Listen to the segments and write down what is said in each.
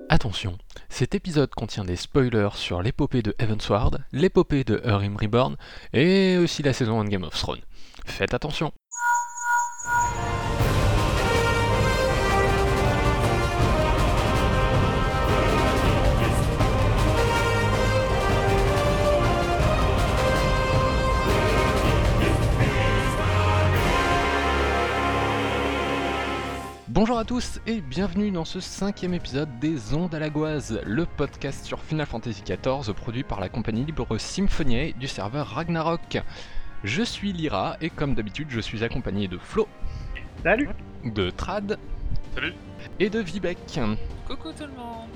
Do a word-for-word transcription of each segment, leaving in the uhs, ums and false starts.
Attention, cet épisode contient des spoilers sur l'épopée de Heavensward, l'épopée de Erim Reborn et aussi la saison un de Game of Thrones. Faites attention. Bonjour à tous et bienvenue dans ce cinquième épisode des Ondes à la Goise, le podcast sur Final Fantasy quatorze produit par la compagnie libre Symphoniae du serveur Ragnarok. Je suis Lyra et comme d'habitude je suis accompagné de Flo. Salut. De Trad. Salut. Et de Vivek. Coucou tout le monde.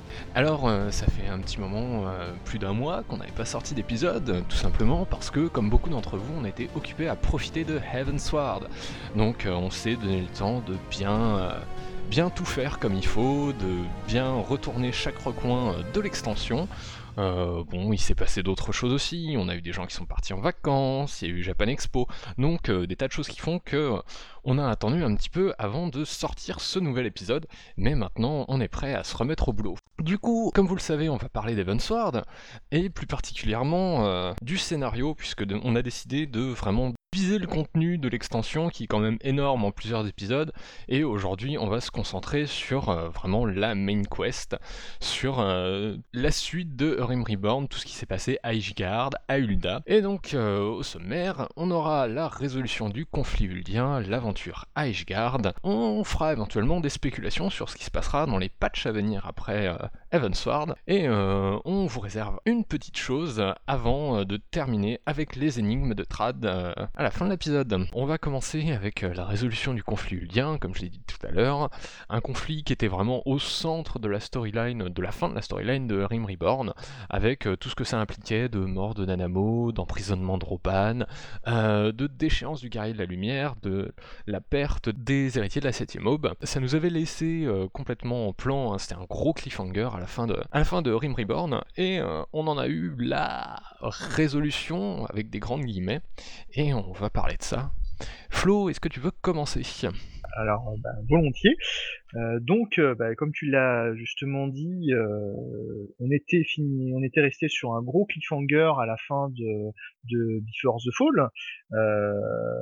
Alors euh, ça fait un petit moment, euh, plus d'un mois, qu'on n'avait pas sorti d'épisode, euh, tout simplement parce que, comme beaucoup d'entre vous, on était occupés à profiter de Heavensward. Donc euh, on s'est donné le temps de bien, euh, bien tout faire comme il faut, de bien retourner chaque recoin euh, de l'extension. Euh, bon, il s'est passé d'autres choses aussi, on a eu des gens qui sont partis en vacances, il y a eu Japan Expo, donc euh, des tas de choses qui font que euh, on a attendu un petit peu avant de sortir ce nouvel épisode, mais maintenant on est prêt à se remettre au boulot. Du coup, comme vous le savez, on va parler d'Heavensward, et plus particulièrement euh, du scénario, puisque de, on a décidé de vraiment viser le contenu de l'extension qui est quand même énorme en plusieurs épisodes, et aujourd'hui on va se concentrer sur euh, vraiment la main quest, sur euh, la suite de Erim Reborn, tout ce qui s'est passé à Ishgard, à Ul'dah. Et donc euh, au sommaire, on aura la résolution du conflit uldien, l'aventure à Ishgard, on fera éventuellement des spéculations sur ce qui se passera dans les patchs à venir après euh, Heavensward, et euh, on vous réserve une petite chose avant euh, de terminer avec les énigmes de Trad euh, à la fin de l'épisode. On va commencer avec euh, la résolution du conflit uldien, comme je l'ai dit tout à l'heure, un conflit qui était vraiment au centre de la storyline, de la fin de la storyline de Erim Reborn, avec euh, tout ce que ça impliquait de mort de Nanamo, d'emprisonnement de Roban, euh, de déchéance du guerrier de la lumière, de la perte des héritiers de la septième aube. Ça nous avait laissé euh, complètement en plan, hein, c'était un gros cliffhanger à la fin de, à la fin de Erim Reborn, et euh, on en a eu la résolution avec des grandes guillemets, et on va parler de ça. Flo, est-ce que tu veux commencer ? Alors, bah, volontiers. Euh, donc, euh, bah, comme tu l'as justement dit, euh, on était fini, on était resté sur un gros cliffhanger à la fin de, de Before the Fall. Euh,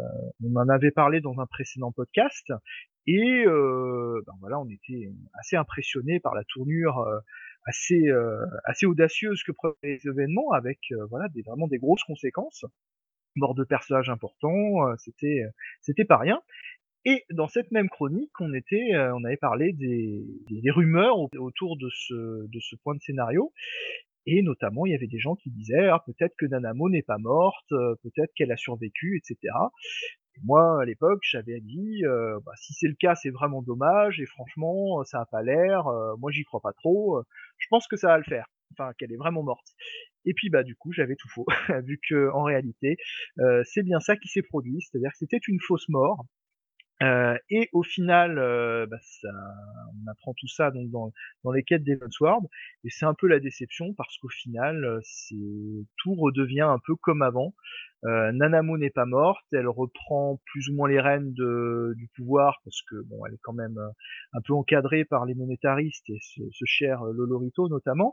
on en avait parlé dans un précédent podcast, et euh, ben voilà, on était assez impressionnés par la tournure euh, assez euh, assez audacieuse que prenaient les événements, avec euh, voilà des vraiment des grosses conséquences. Mort de personnages importants, euh, c'était c'était pas rien. Et dans cette même chronique, on était, euh, on avait parlé des, des, des rumeurs au- autour de ce, de ce point de scénario, et notamment il y avait des gens qui disaient ah, peut-être que Nanamo n'est pas morte, euh, peut-être qu'elle a survécu, et cetera. Et moi à l'époque j'avais dit euh, bah, si c'est le cas c'est vraiment dommage, et franchement ça a pas l'air, euh, moi j'y crois pas trop, euh, je pense que ça va le faire, enfin qu'elle est vraiment morte. Et puis bah du coup j'avais tout faux, vu que en réalité euh, c'est bien ça qui s'est produit, c'est-à-dire que c'était une fausse mort. Euh, et au final, euh, bah, ça, on apprend tout ça donc dans, dans les quêtes d'Heavensward, et c'est un peu la déception parce qu'au final, euh, c'est tout redevient un peu comme avant. Euh, Nanamo n'est pas morte, elle reprend plus ou moins les rênes de, du pouvoir parce que bon, elle est quand même euh, un peu encadrée par les monétaristes et ce, ce cher euh, Lolorito notamment.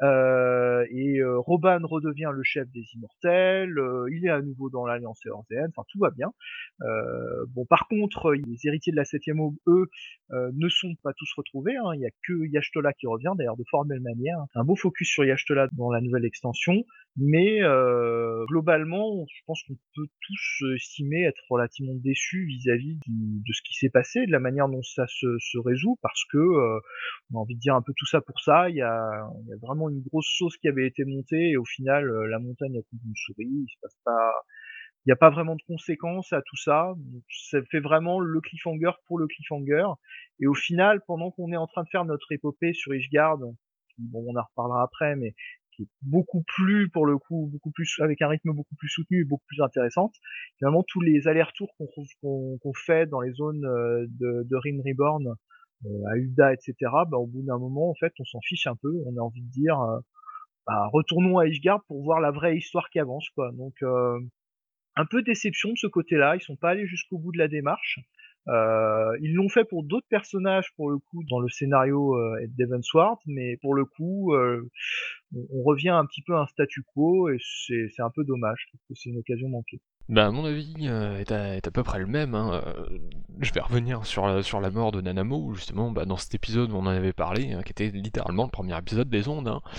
Euh, et euh, Roban redevient le chef des Immortels, euh, il est à nouveau dans l'Alliance Eorzean, enfin tout va bien. Euh, bon, par contre, les héritiers de la septième aube, eux, euh, ne sont pas tous retrouvés. Hein. Il y a que Yashtola qui revient, d'ailleurs de formelle manière. Un beau focus sur Yashtola dans la nouvelle extension, mais euh, globalement, je pense qu'on peut tous estimer être relativement déçus vis-à-vis du- de ce qui s'est passé, de la manière dont ça se, se résout, parce que euh, on a envie de dire un peu tout ça pour ça. Il y a, il y a vraiment une grosse sauce qui avait été montée, et au final, euh, la montagne a coupé une souris. Il se passe pas il n'y a pas vraiment de conséquences à tout ça. Donc, ça fait vraiment le cliffhanger pour le cliffhanger. Et au final, pendant qu'on est en train de faire notre épopée sur Ishgard, qui, bon, on en reparlera après, mais qui est beaucoup plus, pour le coup, beaucoup plus, avec un rythme beaucoup plus soutenu et beaucoup plus intéressante, finalement, tous les allers-retours qu'on qu'on qu'on fait dans les zones euh, de, de Rim Reborn, euh, à Ul'dah, et cetera, bah, au bout d'un moment, en fait, on s'en fiche un peu. On a envie de dire, euh, bah, retournons à Ishgard pour voir la vraie histoire qui avance, quoi. Donc, euh, un peu déception de ce côté-là, ils sont pas allés jusqu'au bout de la démarche. Euh, ils l'ont fait pour d'autres personnages, pour le coup, dans le scénario euh, d'Heavensward, mais pour le coup, euh, on, on revient un petit peu à un statu quo, et c'est c'est un peu dommage. Je trouve que c'est une occasion manquée. Bah, à mon avis, euh, est, à, est à peu près le même. Hein. Euh, je vais revenir sur la, sur la mort de Nanamo, où justement, bah, dans cet épisode où on en avait parlé, hein, qui était littéralement le premier épisode des ondes, hein,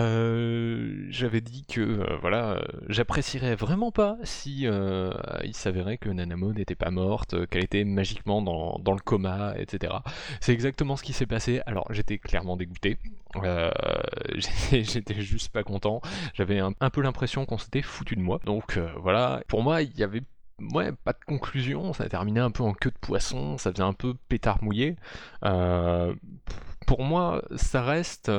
euh, j'avais dit que euh, voilà, euh, j'apprécierais vraiment pas si euh, il s'avérait que Nanamo n'était pas morte, euh, qu'elle était magiquement dans, dans le coma, et cetera. C'est exactement ce qui s'est passé. Alors, j'étais clairement dégoûté. Euh, j'étais, j'étais juste pas content. J'avais un, un peu l'impression qu'on s'était foutu de moi. Donc euh, voilà, pour moi, il y avait ouais, pas de conclusion, ça a terminé un peu en queue de poisson, ça faisait un peu pétard mouillé. Euh, pour moi, ça reste,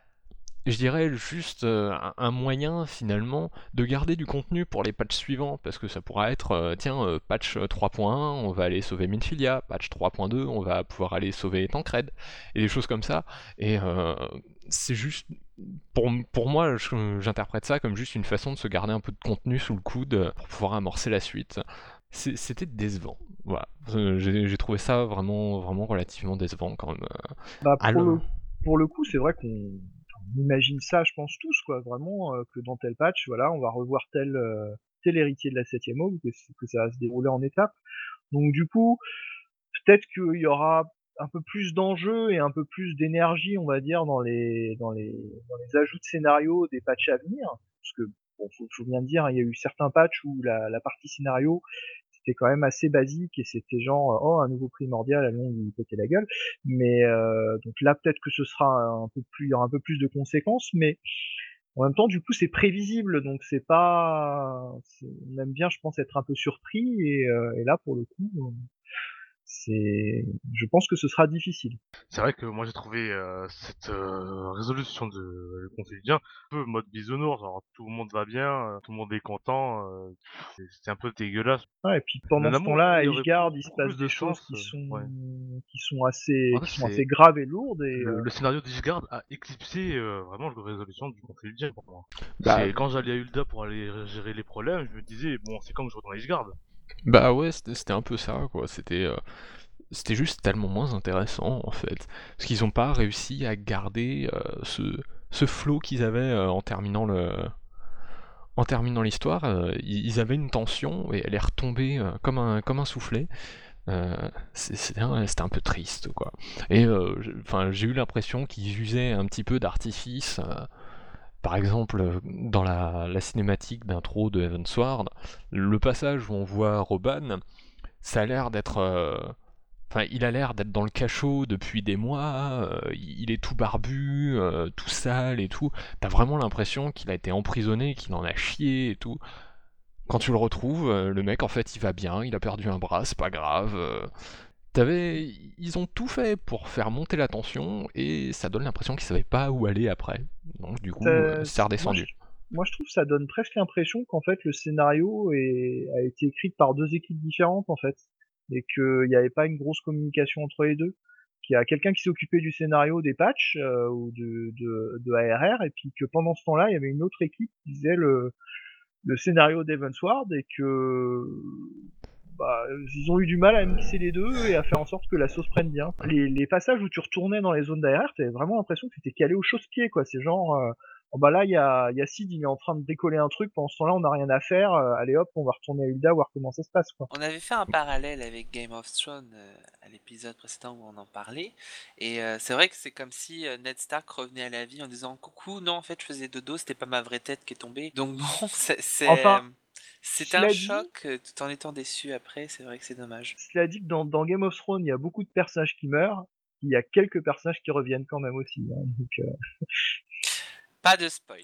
je dirais, juste euh, un, un moyen finalement de garder du contenu pour les patchs suivants, parce que ça pourra être, euh, tiens, euh, patch trois point un, on va aller sauver Minfilia, patch trois point deux, on va pouvoir aller sauver Tancred, et des choses comme ça, et euh, c'est juste, pour, pour moi, je- j'interprète ça comme juste une façon de se garder un peu de contenu sous le coude pour pouvoir amorcer la suite. C'est- C'était décevant. Voilà. Euh, J'ai j'ai trouvé ça vraiment, vraiment relativement décevant quand même. Euh, Bah pour le Alors, pour le coup, c'est vrai qu'on on imagine ça, je pense tous, quoi, vraiment, euh, que dans tel patch, voilà, on va revoir tel euh, tel héritier de la septième aube, que, c- que ça va se dérouler en étapes. Donc du coup, peut-être qu'il y aura un peu plus d'enjeux et un peu plus d'énergie, on va dire, dans les dans les dans les ajouts de scénario des patchs à venir, parce que bon, faut, faut bien dire, il y a eu certains patchs où la, la partie scénario c'était quand même assez basique et c'était genre euh, oh un nouveau primordial, allons lui péter la gueule. Mais euh, donc là peut-être que ce sera un peu plus, il y aura un peu plus de conséquences, mais en même temps du coup c'est prévisible, donc c'est pas, c'est- on aime bien je pense être un peu surpris et, euh, et là pour le coup euh, c'est, je pense que ce sera difficile. C'est vrai que moi j'ai trouvé euh, cette euh, résolution de le conseil un peu mode bisounours, genre tout le monde va bien, euh, tout le monde est content, euh, c'est c'est un peu dégueulasse. Ouais, et puis pendant ce Nanamo, temps-là, à il y aurait Ishgard, beau- il se beaucoup passe plus des de choses sens. qui euh, sont ouais. qui sont assez En fait, qui sont c'est assez graves et lourdes et le, euh, le scénario d'Ishgard a éclipsé euh, vraiment la résolution du conseil un pour moi. bah, C'est quand j'allais à Ul'dah pour aller gérer les problèmes, je me disais bon, c'est quand que je retourne à Ishgard. bah ouais, c'était c'était un peu ça, quoi. C'était euh, c'était juste tellement moins intéressant, en fait. Parce qu'ils ont pas réussi à garder euh, ce, ce flow qu'ils avaient euh, en terminant le, en terminant l'histoire. Euh, ils ils avaient une tension et elle est retombée euh, comme un, comme un soufflet. Euh, c'est- c'était un, c'était un peu triste, quoi. Et euh, je- enfin, j'ai eu l'impression qu'ils usaient un petit peu d'artifice. Euh, par exemple, euh, dans la, la cinématique d'intro de Heavensward, le passage où on voit Roban, ça a l'air d'être. euh, Enfin, il a l'air d'être dans le cachot depuis des mois, euh, il est tout barbu, euh, tout sale et tout. T'as vraiment l'impression qu'il a été emprisonné, qu'il en a chié et tout. Quand tu le retrouves, euh, le mec en fait il va bien, il a perdu un bras, c'est pas grave. euh. T'avais... Ils ont tout fait pour faire monter la tension et ça donne l'impression qu'ils savaient pas où aller après. Donc du coup, euh, ça- c'est moi je redescendu. moi je trouve que ça donne presque l'impression qu'en fait le scénario est, a été écrit par deux équipes différentes en fait et qu'il n'y avait pas une grosse communication entre les deux. Qu'il y a quelqu'un qui s'est occupé du scénario des patchs euh, ou de, de, de A R R et puis que pendant ce temps-là il y avait une autre équipe qui faisait le, le scénario d'Evansward et que bah, ils ont eu du mal à mixer les deux et à faire en sorte que la sauce prenne bien. Les, les passages où tu retournais dans les zones d'A R R, t'avais vraiment l'impression que c'était calé au chausse-pied, quoi. C'est genre, euh, oh bah là, il y a, y a Sid, il est en train de décoller un truc, pendant ce temps-là, on n'a rien à faire, euh, allez hop, on va retourner à Ul'dah, voir comment ça se passe, quoi. On avait fait un parallèle avec Game of Thrones euh, à l'épisode précédent où on en parlait. Et euh, c'est vrai que c'est comme si euh, Ned Stark revenait à la vie en disant coucou, non, en fait, je faisais dodo, c'était pas ma vraie tête qui est tombée. Donc bon, c'est, c'est, Enfin, c'est un cela dit, choc euh, tout en étant déçu après, c'est vrai que c'est dommage. cela dit que dans, dans Game of Thrones, il y a beaucoup de personnages qui meurent, il y a quelques personnages qui reviennent quand même aussi, hein, donc, euh, Pas de spoil.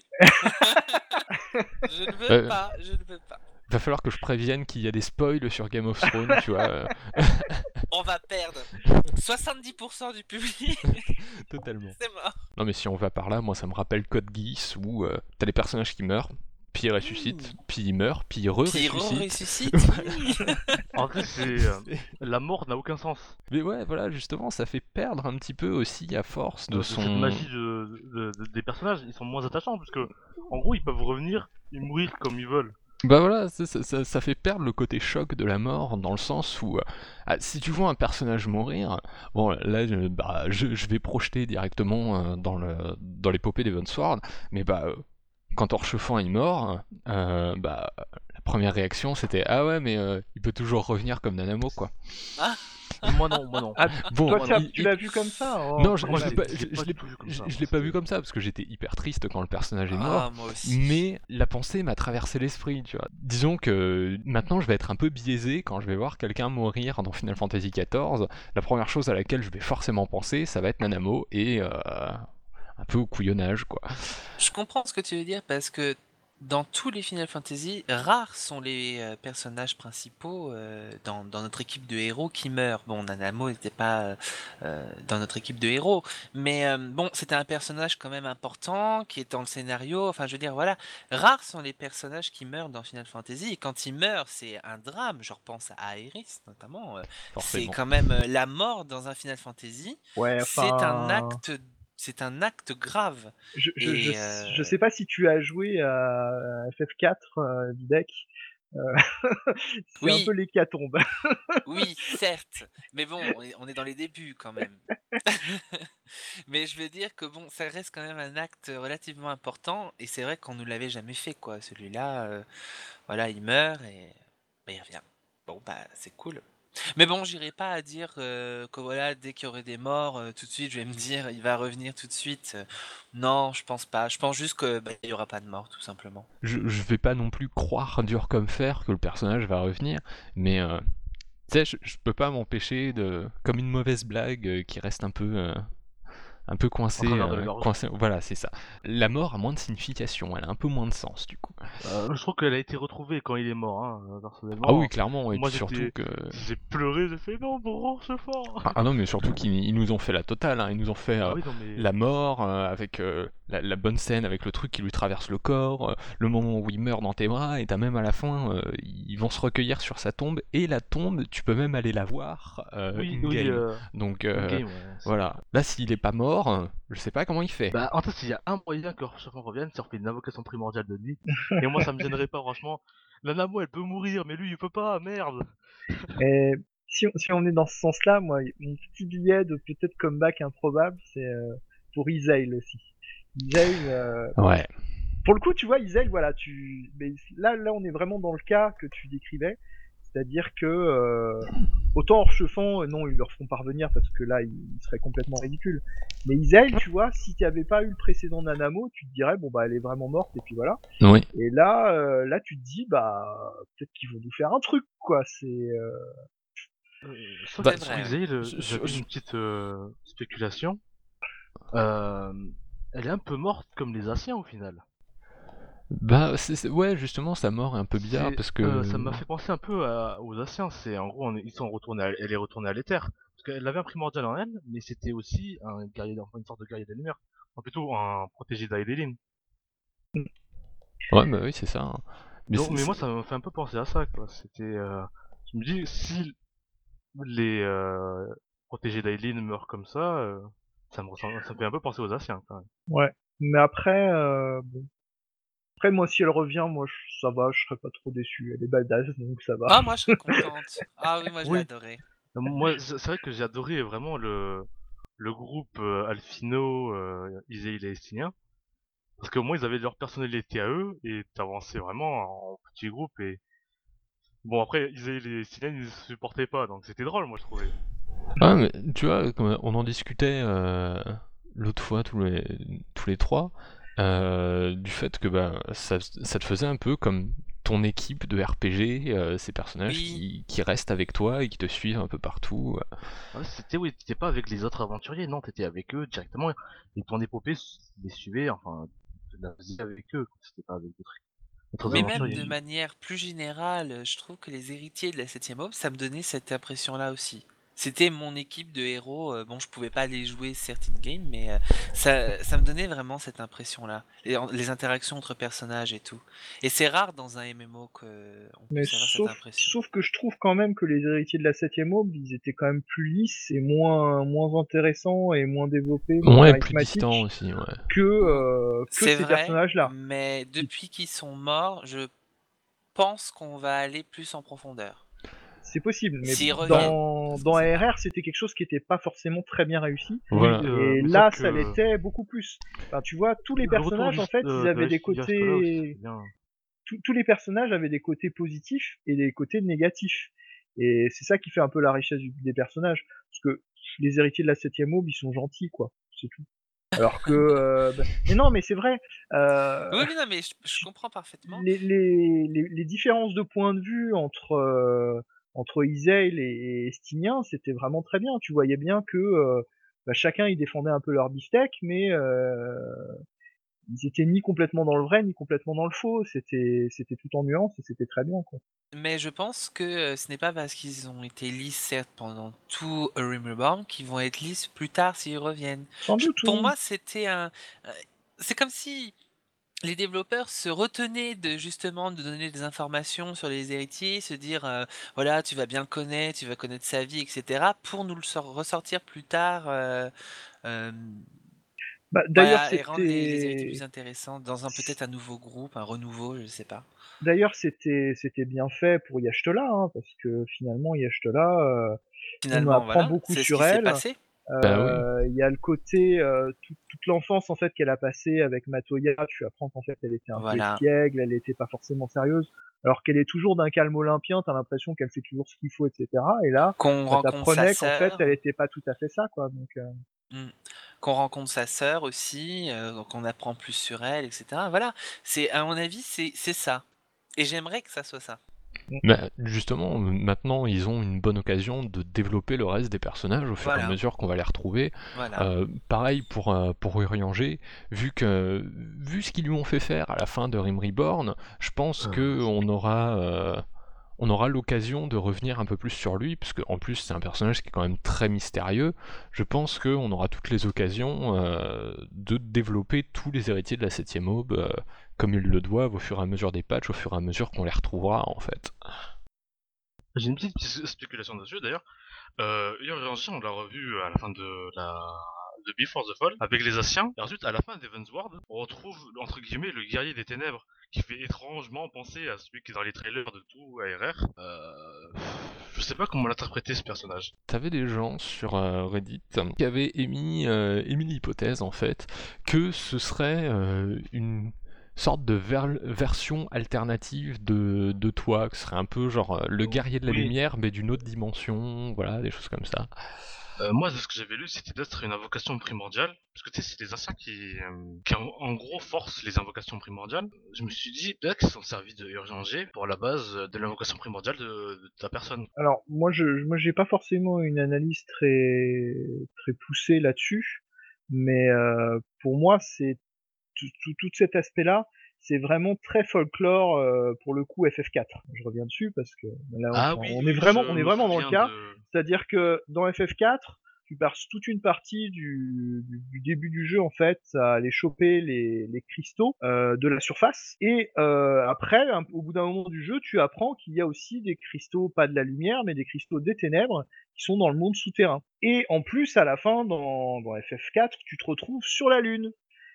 Je ne veux Euh, pas, je ne veux pas. va falloir que je prévienne qu'il y a des spoils sur Game of Thrones, tu vois. euh, On va perdre soixante-dix pour cent du public, Totalement. c'est mort. Non mais si on va par là, moi ça me rappelle Code Geass où euh, t'as les personnages qui meurent, puis ils ressuscitent, puis ils meurent, puis ils Puis il re-ressuscitent. ressuscite. En fait, c'est euh, la mort n'a aucun sens. Mais ouais, voilà, justement, ça fait perdre un petit peu aussi à force de Euh, de son... cette magie de, de- de- des personnages, ils sont moins attachants parce que en gros ils peuvent revenir et mourir comme ils veulent. Bah voilà, ça, ça- ça- ça fait perdre le côté choc de la mort dans le sens où euh, ah, si tu vois un personnage mourir, bon là je, bah, je, je vais projeter directement euh, dans le dans l'épopée d'Evansward, mais bah euh, quand Orchefant est mort, euh, bah la première réaction c'était ah ouais mais euh, il peut toujours revenir comme Nanamo quoi. Ah, Moi non, moi non. Ah, Bon, toi, Moi tu, as- non. il- tu il- l'as vu comme ça? Oh, non, je, quand Moi, je l'ai je même. pas, l'ai je je, l'ai je pas l'ai du tout vu comme je- ça. je Moi, l'ai pas vu c'était. comme ça parce que j'étais hyper triste quand le personnage est ah, mort. moi aussi. Mais la pensée m'a traversé l'esprit, tu vois. Disons que maintenant je vais être un peu biaisé quand je vais voir quelqu'un mourir dans Final Fantasy quatorze. La première chose à laquelle je vais forcément penser, ça va être Nanamo et euh, un peu au couillonnage, quoi. Je comprends ce que tu veux dire parce que dans tous les Final Fantasy, rares sont les euh, personnages principaux euh, dans, dans notre équipe de héros qui meurent. Bon, Nanamo n'était pas euh, euh, dans notre équipe de héros, mais euh, bon, c'était un personnage quand même important qui est dans le scénario. Enfin, je veux dire, voilà, rares sont les personnages qui meurent dans Final Fantasy. Et quand ils meurent, c'est un drame. Je repense à Aerith notamment. euh, c'est Forcément. quand même euh, la mort dans un Final Fantasy. Ouais, C'est un enfin, acte, c'est un acte grave. je, je, je, Et je euh, sais pas si tu as joué à F F quatre euh, du deck. Euh, c'est un peu oui, l'hécatombe. oui, certes, mais bon, on est, on est dans les débuts quand même. Mais je veux dire que bon, ça reste quand même un acte relativement important, et c'est vrai qu'on ne l'avait jamais fait, quoi. Celui-là, euh, voilà, il meurt et bah, il revient. Bon, bah, c'est cool. Mais bon, j'irai pas à dire euh, que voilà, dès qu'il y aurait des morts, euh, tout de suite, je vais me dire, il va revenir tout de suite. Euh, non, je pense pas. Je pense juste que bah, il y aura pas de mort, tout simplement. Je, je vais pas non plus croire dur comme fer que le personnage va revenir, mais euh, tu sais, je, je peux pas m'empêcher de, comme une mauvaise blague euh, qui reste un peu euh, un peu En coincé, travers de la euh, gorge. coincé. Voilà, c'est ça. La mort a moins de signification, elle a un peu moins de sens du coup. Euh, je trouve qu'elle a été retrouvée quand il est mort, hein, euh, Ah oui, personnellement. clairement, et Moi, puis surtout j'étais. que. J'ai pleuré, j'ai fait non, bon, ce fort. Ah ah non, mais surtout qu'ils ils nous ont fait la totale, hein. Ils nous ont fait Ah euh, oui, non, mais. la mort euh, avec euh, la, la bonne scène avec le truc qui lui traverse le corps, euh, le moment où il meurt dans tes bras, et t'as même à la fin, euh, ils vont se recueillir sur sa tombe, et la tombe, tu peux même aller la voir euh, Oui, oui, in-game. euh, Donc euh, in-game, ouais. c'est- voilà. Là, s'il est pas mort, euh, je sais pas comment il fait. Bah, en fait, s'il y a un moyen que Orchefant revienne, c'est en fait une invocation primordiale de lui. Et moi, ça me gênerait pas, franchement. La Namo, elle peut mourir, mais lui, il peut pas, merde. Et si on, si on est dans ce sens-là, moi, mon petit billet de peut-être comeback improbable, c'est euh, pour Izail aussi. Izail, euh, Ouais. pour le coup, tu vois, Izail, voilà, tu, mais là, là, on est vraiment dans le cas que tu décrivais, c'est-à-dire que euh, autant Orchefant, euh, non, ils leur feront parvenir parce que là, il, il serait complètement ridicule. Mais Izail, tu vois, si tu avais pas eu le précédent Nanamo, tu te dirais bon bah elle est vraiment morte et puis voilà. Oui. Et là, euh, là, tu te dis bah peut-être qu'ils vont nous faire un truc quoi. C'est euh, Euh, sauf Bah, que C'est sur vrai, oui. Isaïe, je- je- j'avais je- une petite euh, spéculation. Euh, elle est un peu morte comme les Asiens au final. Bah, c'est- c'est- ouais, justement, sa mort est un peu bizarre C'est, parce euh, ça que. m'a fait penser un peu à- aux Asiens. C'est en gros, on est- ils sont retournés, à- elle est retournée à l'éther parce qu'elle avait un primordial en elle, mais c'était aussi un guerrier, enfin, une sorte de guerrier des lumières, enfin, plutôt un protégé d'Aedelin. Ouais, bah oui, c'est ça, hein. Mais Donc, c'est- mais moi, c'est- ça m'a fait un peu penser à ça, quoi. C'était, euh, je me dis, si les euh, protégés d'Aedelin meurent comme ça, euh, ça me ressemble, ça me fait un peu penser aux Asiens, quand même. ouais. Mais après, euh, bon. Après moi si elle revient, moi je- ça va, je serais pas trop déçu. Elle est badass donc ça va. Ah, moi, je serais contente. Ah oui, moi, je l'ai Oui, adoré. moi, c'est c'est vrai que j'ai adoré vraiment le le groupe euh, Alphino, euh, Izzy et les Estinien, parce qu'au moins ils avaient leur personnalité à eux et t'avançais vraiment en petit groupe et bon après Izzy et les Estinien ils se supportaient pas donc c'était drôle moi je trouvais. Ouais, mais tu vois, comme on en discutait euh, l'autre fois tous les, tous les trois, euh, du fait que bah, ça, ça te faisait un peu comme ton équipe de R P G, euh, ces personnages Oui, qui, qui restent avec toi et qui te suivent un peu partout. Ouais, c'était oui t'étais pas avec les autres aventuriers non t'étais avec eux directement et ton épopée les suivait enfin tu la faisais avec eux c'était pas avec d'autres d'autres mais Et même aventuriers. de puis manière plus générale, je trouve que les héritiers de la septième Aube, ça me donnait cette impression-là aussi. C'était mon équipe de héros. euh, Bon, je pouvais pas les jouer certaines games, mais euh, ça, ça me donnait vraiment cette impression-là. Les, les interactions entre personnages et tout. Et c'est rare dans un M M O qu'on mais puisse avoir cette sauf impression. sauf que je trouve quand même que les héritiers de la septième aube, ils étaient quand même plus lisses et moins moins intéressants et moins développés, moins Ouais, plus distant charismatiques aussi, ouais. que Ou- euh, que C'est ces vrai, personnages-là. mais depuis qu'ils sont morts, je pense qu'on va aller plus en profondeur. C'est possible, mais S'ils reviennent, dans parce qu'on dans sait pas. R R, c'était quelque chose qui était pas forcément très bien réussi Oui, Voilà. euh, et mais là, c'est ça que l'était beaucoup plus. Enfin, tu vois, tous les le retour personnages, du, en fait, ils euh, de avaient des Yastola aussi, côtés c'était bien. tous tous les personnages avaient des côtés positifs et des côtés négatifs et c'est ça qui fait un peu la richesse du des personnages. Parce que les héritiers de la septième aube, ils sont gentils, quoi, c'est tout. Alors que, heu, bah mais non, mais c'est vrai, heu, Oui, oui, non, mais je je tu comprends parfaitement. les les les les différences de point de vue entre, heu, entre Ysayle et et Estinien, c'était vraiment très bien. Tu voyais bien que, heu, bah, chacun, ils défendaient un peu leur beefsteak, mais heu, ils étaient ni complètement dans le vrai, ni complètement dans le faux. C'était c'était tout en nuances et c'était très bien, quoi. Mais je pense que, heu, ce n'est pas parce qu'ils ont été lisses, certes, pendant tout A Realm Reborn, qu'ils vont être lisses plus tard s'ils reviennent. Sans Je doute, pour oui. moi, c'était un, heu, c'est comme si les développeurs se retenaient de justement de donner des informations sur les héritiers, se dire, heu: «Voilà, tu vas bien le connaître, tu vas connaître sa vie et cetera», pour nous le sor ressortir plus tard, heu, hem, Bah, d'ailleurs, voilà et rendre les les héritiers plus c'était intéressants dans un peut-être un nouveau groupe, un renouveau, je sais pas. d'ailleurs, c'était c'était bien fait pour Yashtala, hein, parce que finalement Yashtala, heu, on Finalement, apprend voilà, beaucoup c'est ce sur qui s'est elle. passé. Bah oui. Heu, il y a le côté, heu, toute toute l'enfance, en fait, qu'elle a passée avec Matoya, tu apprends qu'en fait, elle était un peu Voilà, espiègle, elle était pas forcément sérieuse, alors qu'elle est toujours d'un calme olympien, tu as l'impression qu'elle fait toujours ce qu'il faut et cetera et là, qu'on bah, rencontre sa tu qu'en fait, elle sœur. était pas tout à fait ça, quoi, donc heu Mmh. Qu'on rencontre sa sœur aussi, heu, qu'on apprend plus sur elle et cetera. Voilà, c'est à mon avis, c'est c'est ça et j'aimerais que ça soit ça. mmh, Bah, justement, maintenant, ils ont une bonne occasion de développer le reste des personnages au fur et à Voilà, mesure qu'on va les retrouver. voilà. Euh, pareil pour, euh, pour Urianger, vu que vu ce qu'ils lui ont fait faire à la fin de Rim Reborn, je pense Euh, que on aura euh, on aura l'occasion de revenir un peu plus sur lui, parce qu'en plus c'est un personnage qui est quand même très mystérieux. Je pense qu'on aura toutes les occasions euh, de développer tous les héritiers de la septième aube euh, comme ils le doivent au fur et à mesure des patchs, au fur et à mesure qu'on les retrouvera en fait. J'ai une petite spé- spéculation dessus d'ailleurs. Euh, Urianger, on l'a revu à la fin de la de Before the Fall avec les Asiens. Et ensuite, à la fin d'Evansward, on retrouve entre guillemets le guerrier des ténèbres qui fait étrangement penser à celui qui est dans les trailers de tout A R R. Euh, je sais pas comment l'interpréter ce personnage. T'avais des gens sur euh, Reddit qui avaient émis, euh, émis l'hypothèse en fait que ce serait euh, une sorte de ver- version alternative de, de toi, que ce serait un peu genre euh, le guerrier de la Oui. lumière mais d'une autre dimension, voilà, des choses comme ça. Euh, moi, de ce que j'avais lu, c'était d'être une invocation primordiale. Parce que tu sais, c'est les anciens qui, euh, qui en, en gros forcent les invocations primordiales. Je me suis dit, peut-être qu'ils se sont servis de Urgent pour la base de l'invocation primordiale de, de ta personne. Alors moi je moi j'ai pas forcément une analyse très très poussée là-dessus, mais heu, pour moi c'est tout tout tout cet aspect-là, c'est vraiment très folklore, heu, pour le coup F F quatre. Je reviens dessus parce que là Ah enfin oui, on est oui, vraiment on je est me vraiment dans le souviens cas, de... c'est-à-dire que dans F F quatre, tu passes toute une partie du du du début du jeu en fait à aller choper les les cristaux, heu, de la surface et heu, après un au bout d'un moment du jeu, tu apprends qu'il y a aussi des cristaux, pas de la lumière, mais des cristaux des ténèbres qui sont dans le monde souterrain et en plus à la fin dans dans F F quatre, tu te retrouves sur la Lune.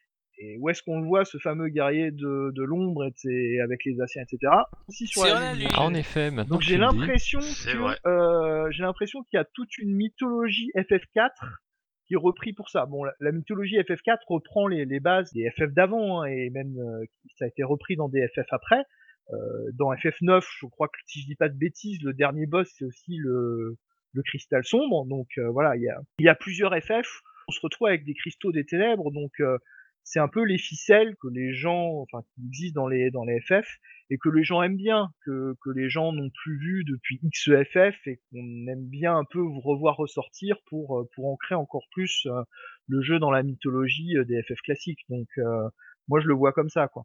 Et où est-ce qu'on le voit, ce fameux guerrier de, de l'ombre et de ses- avec les Asiens, et cetera. Aussi sur la Sur la Lune. Donc Ah en j'ai, lune. effet, maintenant donc que j'ai tu le dis, l'impression C'est que vrai. euh, j'ai l'impression qu'il y a toute une mythologie F F quatre qui est repris pour ça. Bon, la, la mythologie F F quatre reprend les, les bases des F F d'avant hein, et même euh, ça a été repris dans des F F après. Euh, dans F F neuf, je crois que si je dis pas de bêtises, le dernier boss c'est aussi le, le cristal sombre. Donc euh, voilà, il y a, il y a plusieurs F F. On se retrouve avec des cristaux des ténèbres, donc euh, c'est un peu les ficelles que les gens, enfin, qui existent dans les dans les F F et que les gens aiment bien, que que les gens n'ont plus vu depuis X F F et qu'on aime bien un peu revoir ressortir pour euh, pour ancrer encore plus euh, le jeu dans la mythologie euh, des F F classiques. Donc euh, moi je le vois comme ça quoi.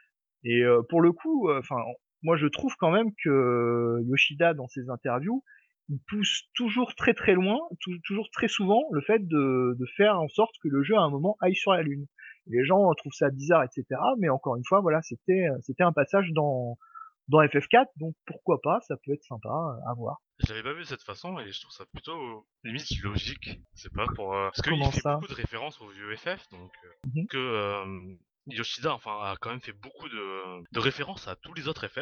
Et euh, pour le coup, enfin euh, moi je trouve quand même que Yoshida dans ses interviews il pousse toujours très très loin, tou- toujours très souvent le fait de, de faire en sorte que le jeu à un moment aille sur la lune. Les gens trouvent ça bizarre, et cetera. Mais encore une fois, voilà, c'était c'était un passage dans dans F F quatre, donc pourquoi pas, ça peut être sympa euh, à voir. Je l'avais pas vu de cette façon et je trouve ça plutôt limite logique. C'est pas pour... euh, Parce qu'il Comment fait ça? beaucoup de références au vieux F F, donc... euh, Mhm. que euh, Yoshida enfin, a quand même fait beaucoup de, de références à tous les autres F F.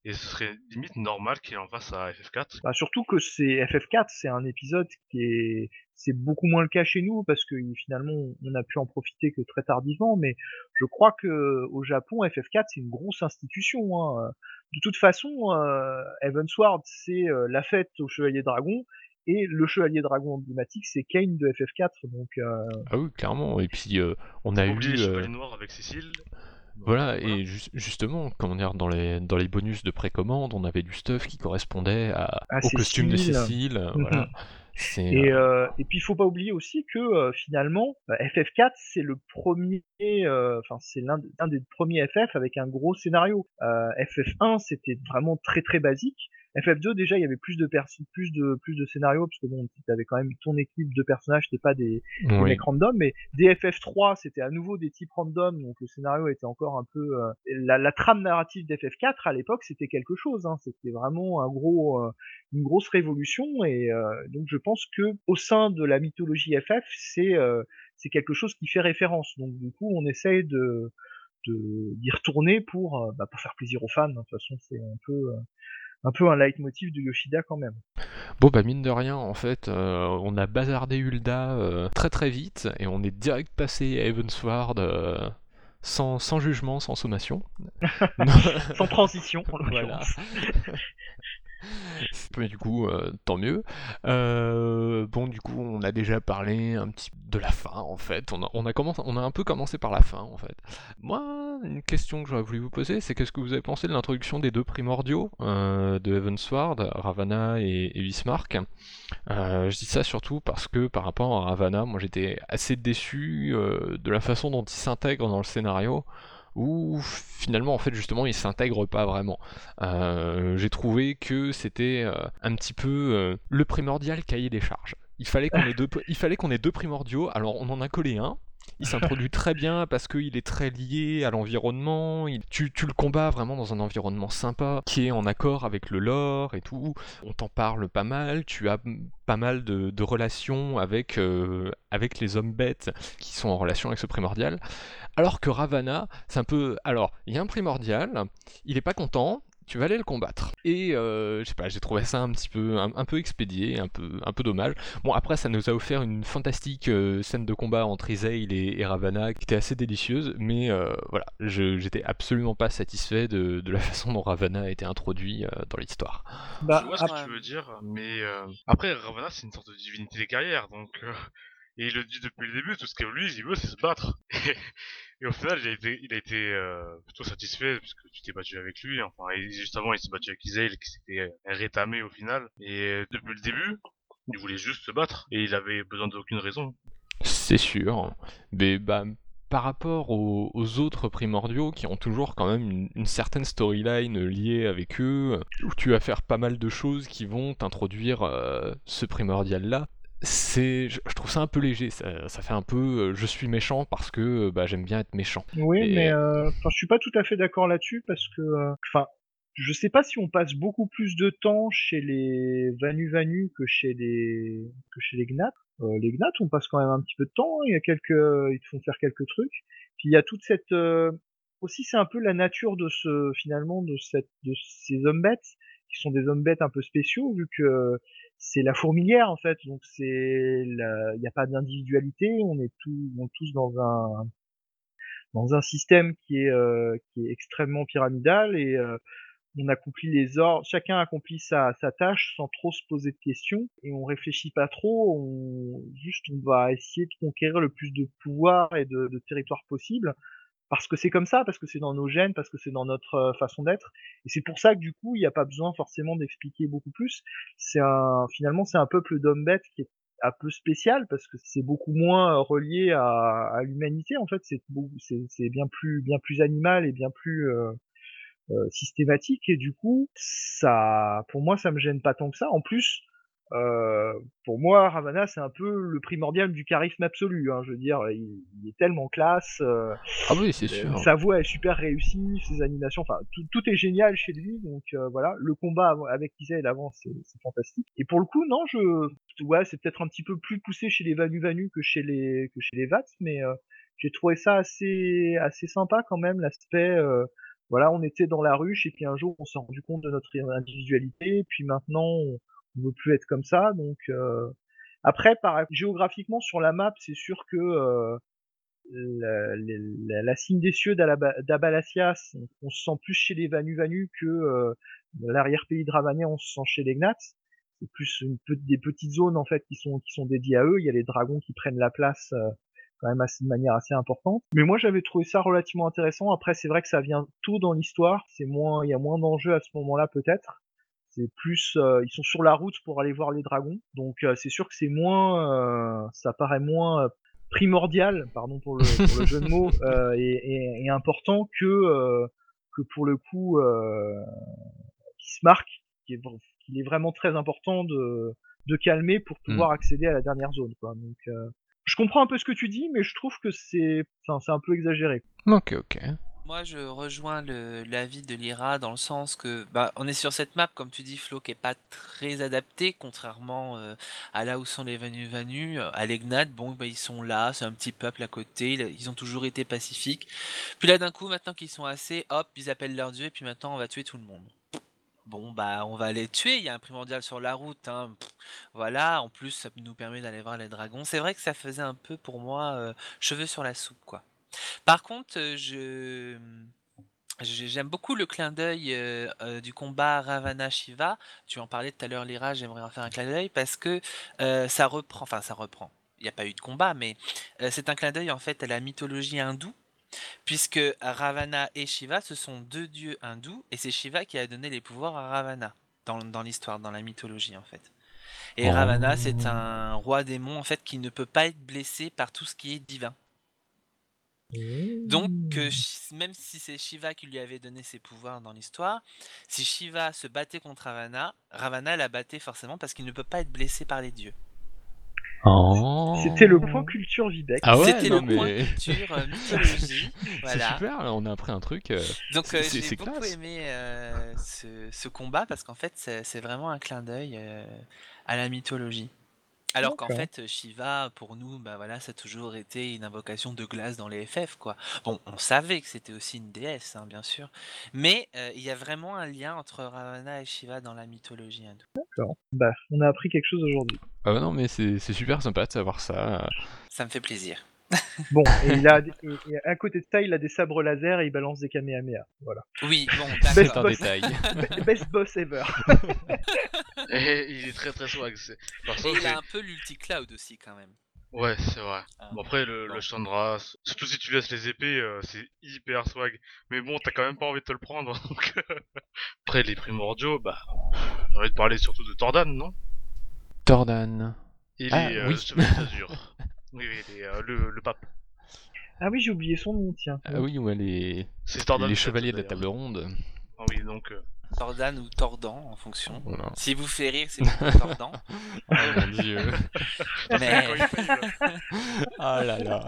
et ce serait limite normal qu'il en fasse à F F quatre. Bah, surtout que c'est F F quatre, c'est un épisode qui est c'est beaucoup moins le cas chez nous parce que finalement on a pu en profiter que très tardivement, mais je crois que au Japon F F quatre c'est une grosse institution, hein. De toute façon, euh, Heavensward c'est euh, la fête au Chevalier Dragon et le Chevalier Dragon emblématique c'est Kane de F F quatre, donc euh, Ah oui, clairement. Et puis euh, on Faut a pas oublier les eu, euh, Chevaliers Noirs avec Cécile. Donc voilà, euh, voilà. et ju- justement, comment dire, dans les dans les bonus de précommande, on avait du stuff qui correspondait à, à au costume de Cécile. Cécile. euh, Mhm. voilà, c'est euh, Et, euh, et puis il faut pas oublier aussi que euh, finalement euh, F F quatre c'est le premier, euh, enfin c'est l'un de- l'un des premiers F F avec un gros scénario. Euh, F F un c'était vraiment très très basique. F F deux déjà il y avait plus de perso- plus de plus de scénarios parce que bon t'avais quand même ton équipe de personnages, c'était pas des des oui. mecs random, mais dès F F trois c'était à nouveau des types random donc le scénario était encore un peu euh, la, la trame narrative d'F F quatre à l'époque c'était quelque chose, hein. C'était vraiment un gros euh, une grosse révolution et euh, donc je pense que au sein de la mythologie F F, c'est euh, c'est quelque chose qui fait référence. Donc du coup, on essaye de de- d'y retourner pour euh, bah, pour faire plaisir aux fans. De toute façon, c'est un peu euh, un peu un leitmotiv de Yoshida quand même. Bon bah mine de rien, en fait, euh, on a bazardé Hulda euh, très très vite et on est direct passé à Heavensward euh, sans, sans jugement, sans sommation. Sans transition en Voilà. l'occurrence. Mais du coup, euh, tant mieux. Euh, bon, du coup, on a déjà parlé un petit de la fin, en fait. On a, on a, commencé, on a un peu commencé par la fin, en fait. Moi, une question que j'aurais voulu vous poser, c'est qu'est-ce que vous avez pensé de l'introduction des deux primordiaux euh, de Heavensward, Ravana et, et Bismarck. Euh, je dis ça surtout parce que par rapport à Ravana, moi j'étais assez déçu euh, de la façon dont il s'intègre dans le scénario, où finalement en fait justement il s'intègre pas vraiment. Euh, j'ai trouvé que c'était euh, un petit peu euh, le primordial cahier des charges. Il fallait qu'on ait deux, il fallait qu'on ait deux primordiaux, alors on en a collé un. Il s'introduit très bien parce qu'il est très lié à l'environnement. Il- Tu, tu le combats vraiment dans un environnement sympa, qui est en accord avec le lore et tout. On t'en parle pas mal. Tu as mm, pas mal de, de relations avec, euh, avec les hommes bêtes qui sont en relation avec ce primordial. Alors que Ravana, c'est un peu. Alors, il y a un primordial, il est pas content, tu vas aller le combattre. Et euh, je sais pas, j'ai trouvé ça un petit peu, un, un peu expédié, un peu, un peu dommage. Bon, après, ça nous a offert une fantastique euh, scène de combat entre Iseil et, et Ravana qui était assez délicieuse, mais euh, voilà, je, j'étais absolument pas satisfait de, de la façon dont Ravana a été introduit euh, dans l'histoire. Je Bah, vois ce que ap- Ouais. tu veux dire, mais euh, après Ravana c'est une sorte de divinité des guerrières, donc euh, et il le dit depuis le début, tout ce que lui il veut c'est se battre. Et, et au final il a été, il a été euh, plutôt satisfait puisque tu t'es battu avec lui. Enfin et juste avant il s'est battu avec Iseil qui s'était euh, rétamé au final. Et euh, depuis le début il voulait juste se battre et il avait besoin d'aucune raison. C'est sûr, mais bah, par rapport aux, aux autres primordiaux qui ont toujours quand même une, une certaine storyline liée avec eux, où tu vas faire pas mal de choses qui vont t'introduire euh, ce primordial-là, c'est, je, je trouve ça un peu léger, ça, ça fait un peu euh, je suis méchant parce que euh, bah, j'aime bien être méchant. oui, mais Et euh, enfin, je suis pas tout à fait d'accord là-dessus parce que, euh, enfin, je sais pas si on passe beaucoup plus de temps chez les Vanu Vanu que chez les que chez les Gnats. Euh, les Gnats, on passe quand même un petit peu de temps, hein. Il y a quelques, ils te font faire quelques trucs. Puis il y a toute cette, euh, aussi c'est un peu la nature de ce finalement de cette de ces hommes bêtes qui sont des hommes bêtes un peu spéciaux vu que c'est la fourmilière en fait. Donc c'est, la- il n'y a pas d'individualité, on est tous, on est tous dans un dans un système qui est euh, qui est extrêmement pyramidal et euh, on accomplit les ordres, chacun accomplit sa, sa tâche sans trop se poser de questions et on réfléchit pas trop, on juste on va essayer de conquérir le plus de pouvoir et de, de territoire possible parce que c'est comme ça, parce que c'est dans nos gènes, parce que c'est dans notre euh, façon d'être et c'est pour ça que du coup il n'y a pas besoin forcément d'expliquer beaucoup plus. C'est un finalement c'est un peuple d'hommes bêtes qui est un peu spécial parce que c'est beaucoup moins euh, relié à, à l'humanité en fait, c'est beaucoup- c'est c'est bien plus bien plus animal et bien plus euh, euh, systématique et du coup ça pour moi ça me gêne pas tant que ça. En plus euh, pour moi Ravana c'est un peu le primordial du charisme absolu, hein. Je veux dire il, il est tellement classe, euh, ah oui, c'est le- sûr. sa voix est super réussie, ses animations, enfin tout, tout est génial chez lui donc euh, voilà, le combat av- avec Isael avant c'est c'est fantastique et pour le coup non je ouais c'est peut-être un petit peu plus poussé chez les Vanu Vanu que chez les que chez les Vats mais euh, j'ai trouvé ça assez assez sympa quand même l'aspect euh, voilà, on était dans la ruche et puis un jour on s'est rendu compte de notre individualité, et puis maintenant on, on veut plus être comme ça. Donc euh, après, par, géographiquement sur la map, c'est sûr que euh, la, la, la, la cime des cieux d'Abalacias, on, on se sent plus chez les Vanu Vanu que euh, l'arrière-pays de Ravania, on se sent chez les Gnats. C'est plus une, des petites zones en fait qui sont qui sont dédiées à eux. Il y a les dragons qui prennent la place euh, quand même assez, de manière assez importante. Mais moi j'avais trouvé ça relativement intéressant. Après c'est vrai que ça vient tôt dans l'histoire, c'est moins, il y a moins d'enjeux à ce moment-là peut-être. C'est plus, euh, ils sont sur la route pour aller voir les dragons, donc euh, c'est sûr que c'est moins, euh, ça paraît moins primordial, pardon pour le, pour le jeu de mots, euh, et, et, et important que euh, que pour le coup euh, qui se marque, qui est, qu'il est vraiment très important de de calmer pour pouvoir mm. accéder à la dernière zone, quoi. Donc euh, je comprends un peu ce que tu dis, mais je trouve que c'est, enfin, c'est un peu exagéré. Ok, ok. Moi, je rejoins le, l'avis de Lyra dans le sens que, bah, on est sur cette map, comme tu dis, Flo, qui est pas très adaptée, contrairement euh, à là où sont les Vanu Vanu. À l'Egnat, bon, bah, ils sont là, c'est un petit peuple à côté, ils ont toujours été pacifiques. Puis là, d'un coup, maintenant qu'ils sont assez, hop, ils appellent leur dieu, et puis maintenant, on va tuer tout le monde. Bon, bah, on va les tuer, il y a un primordial sur la route, hein. Pff, voilà, en plus, ça nous permet d'aller voir les dragons. C'est vrai que ça faisait un peu, pour moi, euh, cheveux sur la soupe, quoi. Par contre, euh, je... j'aime beaucoup le clin d'œil euh, euh, du combat Ravana-Shiva. Tu en parlais tout à l'heure, Lyra, j'aimerais en faire un clin d'œil parce que euh, ça reprend, enfin ça reprend. Il n'y a pas eu de combat, mais euh, c'est un clin d'œil en fait à la mythologie hindoue, puisque Ravana et Shiva, ce sont deux dieux hindous, et c'est Shiva qui a donné les pouvoirs à Ravana dans, dans l'histoire, dans la mythologie en fait. Et Oh. Ravana, c'est un roi démon en fait qui ne peut pas être blessé par tout ce qui est divin. Donc, euh, même si c'est Shiva qui lui avait donné ses pouvoirs dans l'histoire, si Shiva se battait contre Ravana, Ravana la battait forcément parce qu'il ne peut pas être blessé par les dieux. Oh. C'était le point culture Vibec. Ah ouais, C'était non, le mais... point culture euh, mythologie. Voilà. C'est super, là, on a appris un truc. Euh, Donc, euh, c'est, j'ai c'est beaucoup classe. aimé euh, ce, ce combat parce qu'en fait, c'est, c'est vraiment un clin d'œil euh, à la mythologie. Alors qu'en fait, Shiva, pour nous, bah voilà, ça a toujours été une invocation de glace dans les F F, quoi. Bon, on savait que c'était aussi une déesse, hein, bien sûr, mais euh, il y a vraiment un lien entre Ravana et Shiva dans la mythologie hindoue. D'accord. Bah, on a appris quelque chose aujourd'hui. Ah bah non, mais c'est, c'est super sympa de savoir ça. Ça me fait plaisir. Bon, et il a, et, et à côté de ça, il a des sabres laser et il balance des kamehameha. Voilà. Oui, bon, C'est d'accord. un détail. Best boss ever. Et il est très très swag. C'est... Par Et contre, il c'est... a un peu l'ulti-cloud aussi, quand même. Ouais, c'est vrai. Ah, Bon, après, le, bon. le Chandra, c- surtout si tu laisses les épées, euh, c'est hyper swag. Mais bon, t'as quand même pas envie de te le prendre. Donc... après, les primordiaux, bah, j'ai envie de parler surtout de Tordan, non? Tordan. Il Ah, est euh, oui. chevalier d'Azur. Oui, oui, il est, euh, le, le pape. Ah oui, j'ai oublié son nom, tiens. Ah oui, ouais, les, C'est Tordan les sept, chevaliers de la d'ailleurs. table ronde. Ah oui, donc... euh, Tordan ou Tordan, en fonction. Voilà. Si vous fait rire, c'est plutôt Tordan. Oh mon dieu. Mais... quand il faille, là. Ah là là.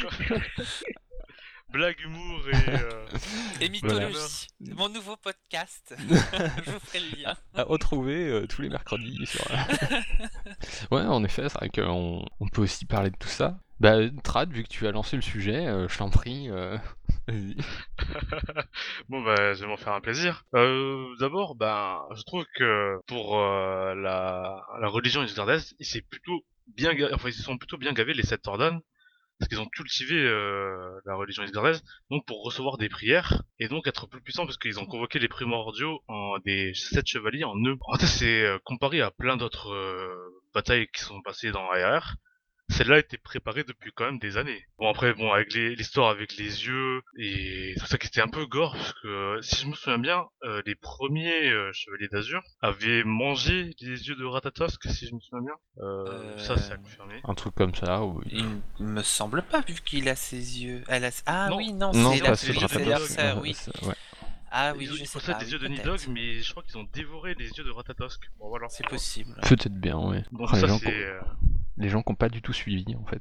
Blague, humour et... Euh... Et mythologie. Mon nouveau podcast. Je vous ferai le lien. À retrouver euh, tous les mercredis sur... Ouais, en effet, c'est vrai qu'on on peut aussi parler de tout ça. Bah, Trad, vu que tu as lancé le sujet, euh, je t'en prie, euh, vas-y. Bon bah je vais m'en faire un plaisir. Euh, d'abord, ben je trouve que pour euh, la, la religion isgardaise, ils s'est plutôt bien, ga- enfin ils se sont plutôt bien gavés les sept Tordan, parce qu'ils ont cultivé euh, la religion isgardaise, donc pour recevoir des prières et donc être plus puissants parce qu'ils ont convoqué les primordiaux en des sept chevaliers en eux. En fait, c'est euh, comparé à plein d'autres euh, batailles qui sont passées dans A R R. Celle-là était préparée depuis quand même des années. Bon après bon avec les- l'histoire avec les yeux et tout ça qui était un peu gore parce que euh, si je me souviens bien euh, les premiers euh, chevaliers d'Azur avaient mangé les yeux de Ratatosk si je me souviens bien. Euh, Euh, Ça c'est à confirmer. Un truc comme ça, oui. Il me semble pas, vu qu'il a ses yeux. Elle a... Ah Non. oui, non, Non, c'est pas la ceux de c'est Ratatosk, leur Ratatosk. sœur, euh, oui. c'est- ouais. Ah oui, Ils, je ils sais possèdent pas. des Oui, yeux de peut-être. Nidhogg mais je crois qu'ils ont dévoré les yeux de Ratatosk. Bon voilà. C'est possible. Peut-être bien, ouais. Donc Oh, les, ça gens c'est... qui ont- euh, les gens qui n'ont pas du tout suivi, en fait.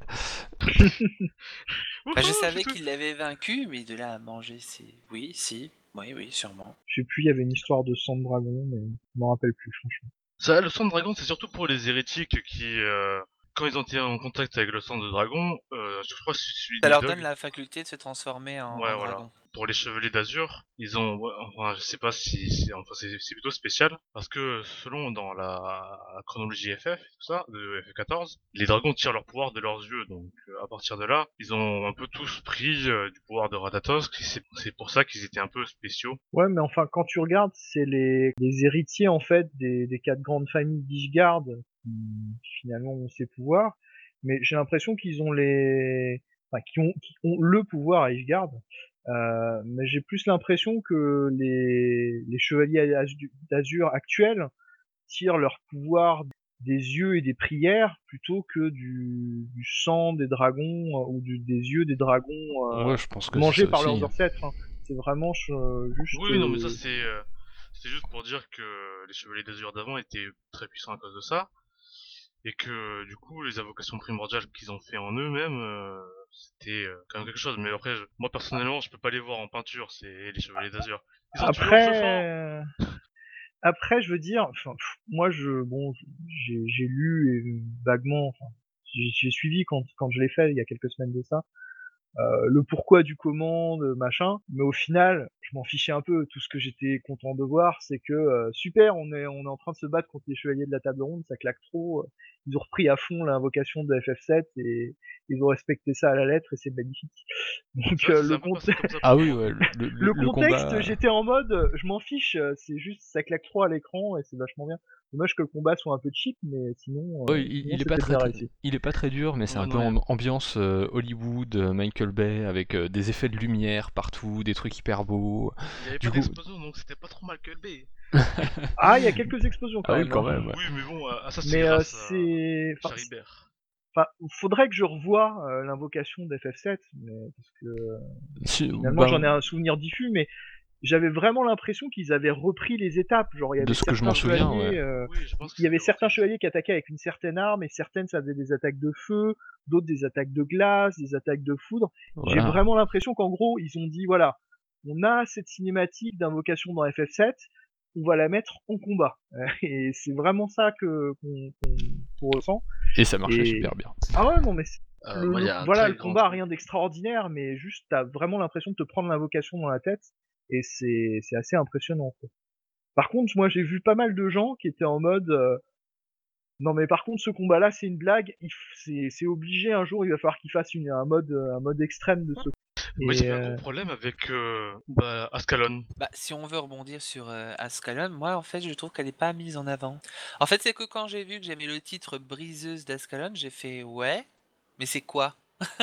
Bah, je Wouhou, savais c'est tout. qu'il l'avait vaincu, mais de là à manger, c'est... Oui, si. Oui, oui, sûrement. Je sais plus, il y avait une histoire de sang de dragon, mais je m'en rappelle plus, franchement. Ça, le sang de dragon, c'est surtout pour les hérétiques qui, euh, quand ils ont été en contact avec le sang de dragon, euh, je crois que c'est celui de Ça leur Nidhogg. donne la faculté de se transformer en, Ouais, en voilà. dragon. pour les Chevaliers d'Azur, ils ont, ouais, enfin, je sais pas si, si- enfin, c'est c'est plutôt spécial, parce que selon dans la, la chronologie F F, tout ça, de F F quatorze, les dragons tirent leur pouvoir de leurs yeux, donc euh, à partir de là, ils ont un peu tous pris euh, du pouvoir de Rathatos, et c'est c'est pour ça qu'ils étaient un peu spéciaux. Ouais, mais enfin, quand tu regardes, c'est les, les héritiers en fait des, des quatre grandes familles d'Ishgard qui finalement ont ces pouvoirs. Mais j'ai l'impression qu'ils ont les, enfin, qui ont, qui ont le pouvoir à Ishgard. Euh, mais j'ai plus l'impression que les, les chevaliers Azu- d'Azur actuels tirent leur pouvoir des yeux et des prières plutôt que du, du sang des dragons euh, ou du- des yeux des dragons euh, Ouais, je pense que c'est mangés ça par aussi. leurs ancêtres. Hein. C'est vraiment euh, juste. Oui, non, mais ça euh, c'est euh, c'est juste pour dire que les Chevaliers d'Azur d'avant étaient très puissants à cause de ça, et que du coup les invocations primordiales qu'ils ont fait en eux-mêmes, euh, c'était euh, quand même quelque chose. Mais après, je- moi personnellement, je peux pas les voir en peinture, c'est les Chevaliers d'Azur. Ils ont tué leur feu fort. Après, après, je veux dire, enfin, pff, moi, je, bon, j'ai j'ai lu et, vaguement, enfin, j'ai j'ai suivi quand, quand je l'ai fait il y a quelques semaines de ça. Euh, le pourquoi du comment, de machin. Mais au final, je m'en fichais un peu. Tout ce que j'étais content de voir, c'est que euh, super, on est, on est en train de se battre contre les chevaliers de la table ronde, ça claque trop. Ils ont repris à fond l'invocation de F F sept et ils ont respecté ça à la lettre et c'est magnifique. C'est Donc vrai que euh, ça s'est le, un peu cont- passé comme ça Ah pour oui, moi. ouais, le, le- le- le le contexte, combat. j'étais en mode, euh, je m'en fiche, euh, c'est juste, ça claque trop à l'écran et c'est vachement bien. Dommage que le combat soit un peu cheap, mais sinon, Ouais, euh, il, sinon il est pas c'était très, bien très- réussi. il est pas très dur, mais c'est Ouais, un peu non, y a- amb- ambiance euh, Hollywood, euh, Michael Bay, avec euh, des effets de lumière partout, des trucs hyper beaux. il y avait pas Du coup, d'explosion, donc c'était pas trop mal calmé. Ah, il y a quelques explosions quand ah oui, même, quand hein. même, ouais. Oui, mais bon, euh, ça c'est Mais euh, grâce à c'est, enfin, c'est- Charibert. enfin, faudrait que je revoie euh, l'invocation d'F F sept, mais, parce que Si- finalement j'en ai ben, un souvenir diffus, mais j'avais vraiment l'impression qu'ils avaient repris les étapes. Genre, il y de avait ce que je certains m'en souviens, ouais. chevaliers, euh, Oui, je pense que il y avait c'était certains repris. chevaliers qui attaquaient avec une certaine arme, et certaines, ça faisait des attaques de feu, d'autres des attaques de glace, des attaques de foudre. J'ai Voilà. vraiment l'impression qu'en gros, ils ont dit, voilà, on a cette cinématique d'invocation dans F F sept, on va la mettre en combat. Et c'est vraiment ça que qu'on qu'on- qu'on ressent. Et ça marchait Et super bien. ah ouais, non, mais c'est- Euh, le, moi, il y le- a un voilà, très le grand combat a truc. rien d'extraordinaire, mais juste t'as vraiment l'impression de te prendre l'invocation dans la tête, et c'est c'est assez impressionnant. Quoi. Par contre, moi j'ai vu pas mal de gens qui étaient en mode euh, non mais par contre ce combat-là c'est une blague, il f- c'est c'est obligé un jour il va falloir qu'il fasse une, un mode euh, un mode extrême de ce. Moi, Et j'avais un gros euh, problème avec euh, bah, Ascalon. Bah, si on veut rebondir sur euh, Ascalon, moi en fait je trouve qu'elle est pas mise en avant. En fait, c'est que quand j'ai vu que j'avais le titre Briseuse d'Ascalon, j'ai fait ouais, mais c'est quoi?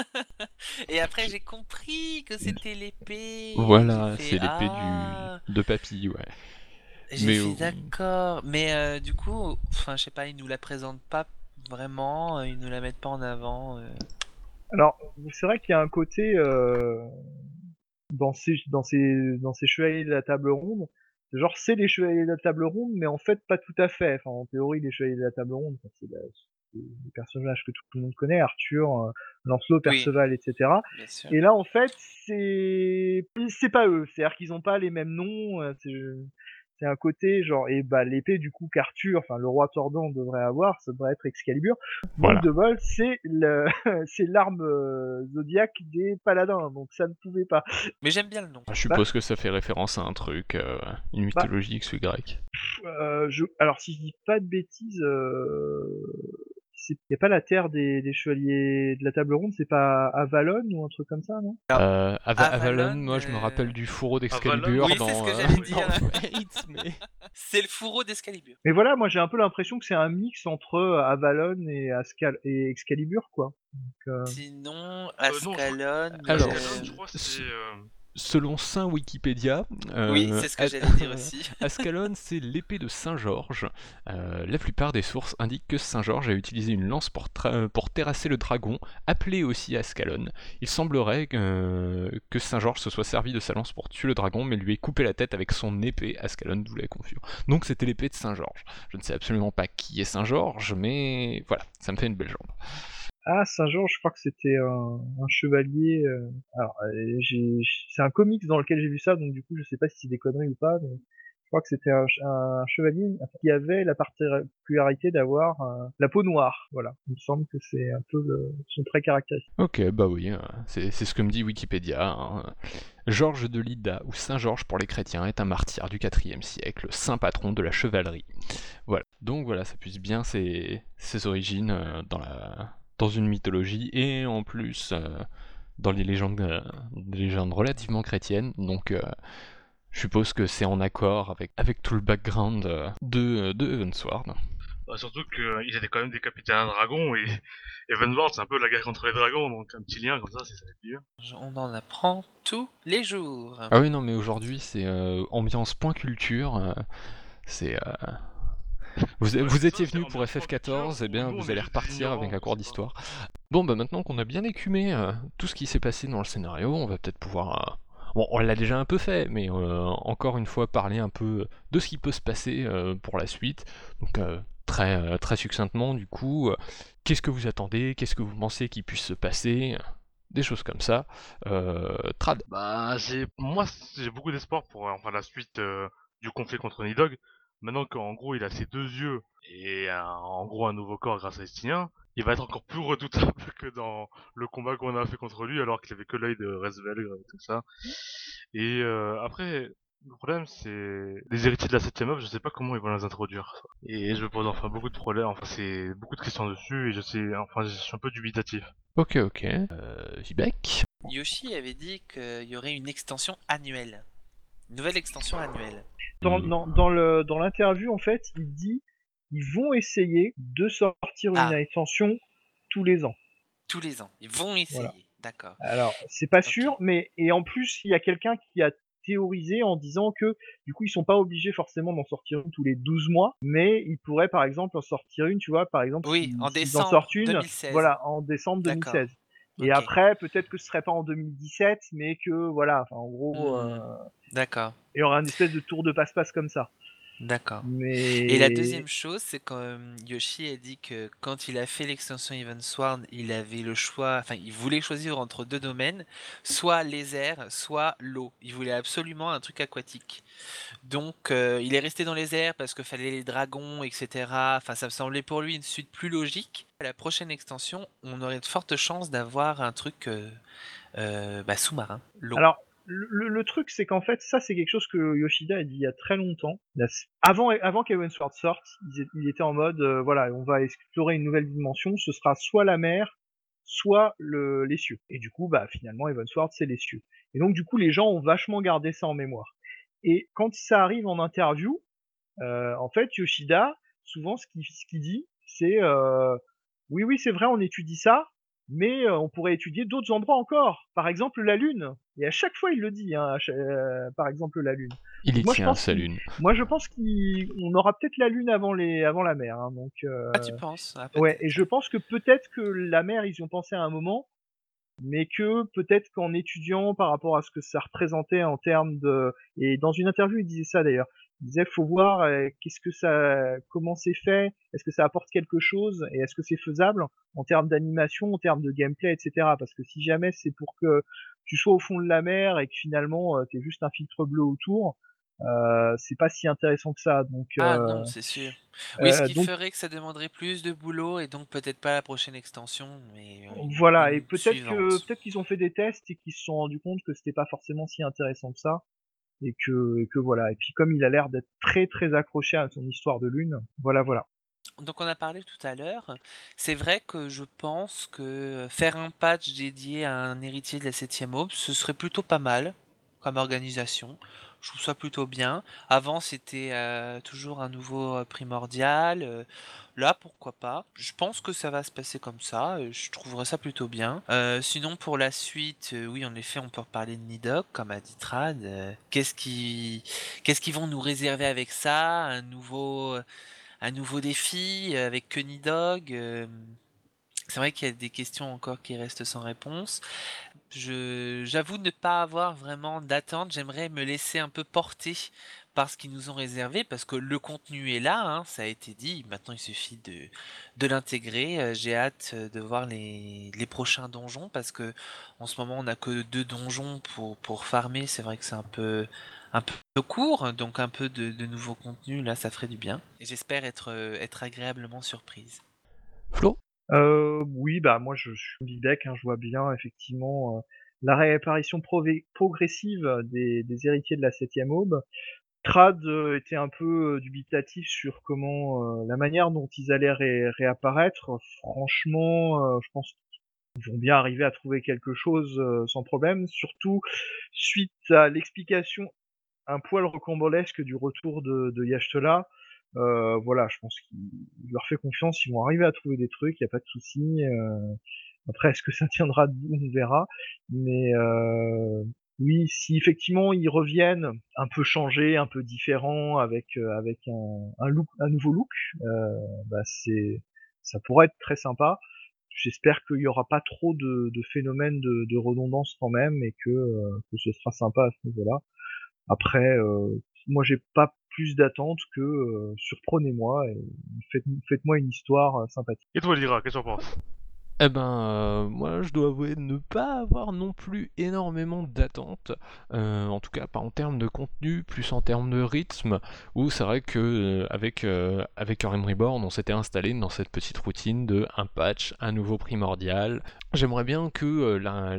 Et après j'ai compris que c'était l'épée. J'ai Voilà, fait c'est l'épée du ah, de papy, ouais. j'ai Mais fait euh, d'accord. Mais euh, du coup, enfin je sais pas, ils nous la présentent pas vraiment, euh, ils nous la mettent pas en avant. euh. alors c'est vrai qu'il y a un côté euh, dans ces dans ces dans ces chevaliers de la table ronde, genre c'est les chevaliers de la table ronde, mais en fait pas tout à fait. Enfin en théorie les chevaliers de la table ronde, enfin, c'est la- c'est des personnages que tout le monde connaît, Arthur, euh, Lancelot, Oui, Perceval, et cetera. bien sûr. Et là, en fait, c'est c'est pas eux. C'est-à-dire qu'ils ont pas les mêmes noms. euh, C'est c'est un côté genre et bah l'épée du coup qu'Arthur, enfin le roi Tordant devrait avoir, ça devrait être Excalibur. Manque voilà. de bol, c'est le c'est l'arme euh, zodiaque des paladins, donc ça ne pouvait pas. Mais j'aime bien le nom. Je Bah, suppose que ça fait référence à un truc, euh, une bah mythologie X ou Y. euh, je, alors si je dis pas de bêtises, euh, il y a pas la terre des, des chevaliers de la table ronde, c'est pas Avalon ou un truc comme ça, non? Alors, Euh, Ava- Avalon, Avalon, moi je me euh, rappelle du fourreau Avalon, d'Excalibur oui, c'est ce dans, que euh, j'allais oui. dire. dans Fates, mais... C'est le fourreau d'Excalibur. Mais voilà, moi j'ai un peu l'impression que c'est un mix entre euh, Avalon et, Ascal et Excalibur, quoi. Donc, euh, Sinon, Euh, non, je crois Ascalon. Alors, Ascalon, euh, je crois, ce- c'est... euh, selon Saint Wikipédia, Oui, euh, c'est ce que A- j'allais dire aussi. Ascalon c'est l'épée de Saint Georges. Euh, la plupart des sources indiquent que Saint Georges a utilisé une lance pour, tra- pour terrasser le dragon, appelé aussi Ascalon. Il semblerait que, que Saint Georges se soit servi de sa lance pour tuer le dragon, mais lui ait coupé la tête avec son épée, Ascalon, d'où la confusion. Donc c'était l'épée de Saint Georges. Je ne sais absolument pas qui est Saint Georges, mais voilà, ça me fait une belle jambe. Ah, Saint-Georges, je crois que c'était un, un chevalier. euh, Alors, euh, j'ai- c'est un comics dans lequel j'ai vu ça, donc du coup, je sais pas si c'est des conneries ou pas. Mais crois que c'était un, un chevalier qui avait la particularité d'avoir euh, la peau noire. Voilà, il me semble que c'est un peu le, son trait caractéristique. Ok, bah oui, euh, c'est c'est ce que me dit Wikipédia. Hein. Georges de Lydda, ou Saint Georges pour les chrétiens, est un martyr du quatrième siècle, saint patron de la chevalerie. Voilà. Donc voilà, ça puise bien ses, ses origines euh, dans, la, dans une mythologie et en plus euh, dans les légendes, euh, des légendes relativement chrétiennes. Donc euh, je suppose que c'est en accord avec, avec tout le background euh, de, de Heavensward. Bah, surtout qu'il était quand même décapité à un dragon et Evenward c'est un peu la guerre contre les dragons, donc un petit lien comme ça, c'est ça va être bien. On en apprend tous les jours. Ah oui, non, mais aujourd'hui c'est euh, ambiance point culture. euh, c'est. euh, Vous, Ouais, vous c'est étiez ça, c'est venu pour ambiance F F point culture, quatorze, et où bien nous on vous est allez juste des repartir avec ignorants, un on cours sait pas. d'histoire. Bon, bah maintenant qu'on a bien écumé euh, tout ce qui s'est passé dans le scénario, on va peut-être pouvoir. euh, Bon, on l'a déjà un peu fait, mais euh, encore une fois parler un peu de ce qui peut se passer euh, pour la suite. Donc euh, très euh, très succinctement, du coup, euh, qu'est-ce que vous attendez, qu'est-ce que vous pensez qu'il puisse se passer, des choses comme ça. Euh, Trad. Bah, j'ai, moi, j'ai beaucoup d'espoir pour euh, enfin la suite euh, du conflit contre Nidog. Maintenant qu'en gros il a ses deux yeux et un- en gros un nouveau corps grâce à Estinien, il va être encore plus redoutable que dans le combat qu'on a fait contre lui alors qu'il avait que l'œil de Resvelg et tout ça. Et euh, après, le problème c'est les héritiers de la septième œuvre, je sais pas comment ils vont les introduire. Et je me pose enfin beaucoup de problèmes, enfin c'est beaucoup de questions dessus et je sais, enfin je suis un peu dubitatif. Ok, ok. Euh, Vibek. Yoshi avait dit qu'il y aurait une extension annuelle. Une nouvelle extension annuelle. Dans, Hmm. dans, dans le dans l'interview, en fait, il dit ils vont essayer de sortir une Ah, extension tous les ans. tous les ans. Ils vont Voilà. essayer. D'accord. Alors, c'est pas Ok. sûr, mais et en plus, il y a quelqu'un qui a théorisé en disant que du coup, ils sont pas obligés forcément d'en sortir une tous les douze mois, mais ils pourraient par exemple en sortir une, tu vois, par exemple, Oui, si- en s'ils en décembre sortent une, deux mille seize. voilà, en décembre D'accord. deux mille seize. Et Ok. après, peut-être que ce serait pas en deux mille dix-sept, mais que voilà, enfin, en gros, euh, Hmm. D'accord. il y aura une espèce de tour de passe-passe comme ça. D'accord. Et la Mais deuxième chose, c'est quand euh, Yoshi a dit que quand il a fait l'extension Heavensward, il avait le choix, enfin, il voulait choisir entre deux domaines, soit les airs, soit l'eau. Il voulait absolument un truc aquatique. Donc, euh, il est resté dans les airs parce qu'il fallait les dragons, et cetera. Enfin, ça me semblait pour lui une suite plus logique. À la prochaine extension, on aurait de fortes chances d'avoir un truc euh, euh, bah, sous-marin, l'eau. alors, le, le- le truc, c'est qu'en fait, ça, c'est quelque chose que Yoshida a dit il y a très longtemps. Il a- Avant, avant qu'Heavensward sorte, il, il était en mode, euh, voilà, on va explorer une nouvelle dimension. Ce sera soit la mer, soit le, les cieux. Et du coup, bah, finalement, Heavensward, c'est les cieux. Et donc, du coup, les gens ont vachement gardé ça en mémoire. Et quand ça arrive en interview, euh, en fait, Yoshida, souvent, ce qu'il ce qu'il dit, c'est euh, oui, oui, c'est vrai, on étudie ça, mais euh, on pourrait étudier d'autres endroits encore. Par exemple, la Lune. Et à chaque fois, il le dit, hein, à cha- euh, par exemple, la Lune. Il Donc y moi, je tient, pense sa qu'il, lune. moi, je pense qu'on aura peut-être la Lune avant les, avant la mer. Hein, donc, Ah, tu euh, penses? Ah, ouais. Et peut-être. je pense que peut-être que la mer, ils y ont pensé à un moment, mais que peut-être qu'en étudiant par rapport à ce que ça représentait en termes de, et dans une interview il disait ça d'ailleurs, il disait faut voir euh, qu'est-ce que ça, comment c'est fait, est-ce que ça apporte quelque chose et est-ce que c'est faisable en termes d'animation, en termes de gameplay, et cetera. Parce que si jamais c'est pour que tu sois au fond de la mer et que finalement euh, t'es juste un filtre bleu autour, euh, c'est pas si intéressant que ça. Donc, Ah euh, non, c'est sûr. Oui, ce euh, qui donc ferait que ça demanderait plus de boulot et donc peut-être pas la prochaine extension, mais euh, une, voilà. Et une peut-être que suivante. peut-être qu'ils ont fait des tests et qu'ils se sont rendus compte que c'était pas forcément si intéressant que ça. Et que, et que voilà. Et puis comme il a l'air d'être très très accroché à son histoire de lune, voilà voilà. Donc on a parlé tout à l'heure. C'est vrai que je pense que faire un patch dédié à un héritier de la septième aube, ce serait plutôt pas mal comme organisation. Je trouve ça plutôt bien. Avant, c'était euh, toujours un nouveau euh, primordial. Euh, là, pourquoi pas. Je pense que ça va se passer comme ça. euh, Je trouverais ça plutôt bien. Euh, sinon, pour la suite, euh, oui, en effet, on peut reparler de Nidok, comme a dit Trad. Euh, qu'est-ce qui, qu'est-ce qu'ils vont nous réserver avec ça? Un nouveau un nouveau défi euh, avec Kunidog. euh, C'est vrai qu'il y a des questions encore qui restent sans réponse. Je, j'avoue ne pas avoir vraiment d'attente. J'aimerais me laisser un peu porter par ce qu'ils nous ont réservé, parce que le contenu est là, hein, ça a été dit. Maintenant, il suffit de, de l'intégrer. Euh, J'ai hâte euh, de voir les, les prochains donjons, parce que en ce moment, on n'a que deux donjons pour, pour farmer. C'est vrai que c'est un peu, un peu court, donc un peu de, de nouveau contenu, là, ça ferait du bien. Et j'espère être, euh, être agréablement surprise. Flo? Euh, oui, bah moi je suis bideck, hein, je vois bien effectivement euh, la réapparition prové- progressive des, des héritiers de la septième aube. Trad euh, était un peu euh, dubitatif sur comment euh, la manière dont ils allaient ré- réapparaître. Franchement, euh, je pense qu'ils vont bien arriver à trouver quelque chose euh, sans problème, surtout suite à l'explication un poil rocambolesque du retour de, de Yashtala. Euh, voilà, je pense qu'il il leur fait confiance, ils vont arriver à trouver des trucs, il n'y a pas de souci. Euh, après, est-ce que ça tiendra debout, on verra. Mais euh, oui, si effectivement ils reviennent un peu changés, un peu différents, avec euh, avec un, un look, un nouveau look, euh, bah c'est ça pourrait être très sympa. J'espère qu'il y aura pas trop de, de phénomènes de, de redondance quand même et que, euh, que ce sera sympa à ce niveau-là. Après, euh, moi j'ai pas plus d'attente que euh, surprenez-moi et faites, faites-moi une histoire euh, sympathique. Et toi, Lyra, qu'est-ce que tu en penses? Eh ben, euh, moi, je dois avouer ne pas avoir non plus énormément d'attentes, euh, en tout cas pas en termes de contenu, plus en termes de rythme, où c'est vrai que euh, avec, euh, avec Realm Reborn, on s'était installé dans cette petite routine de un patch, un nouveau primordial. J'aimerais bien que euh, la-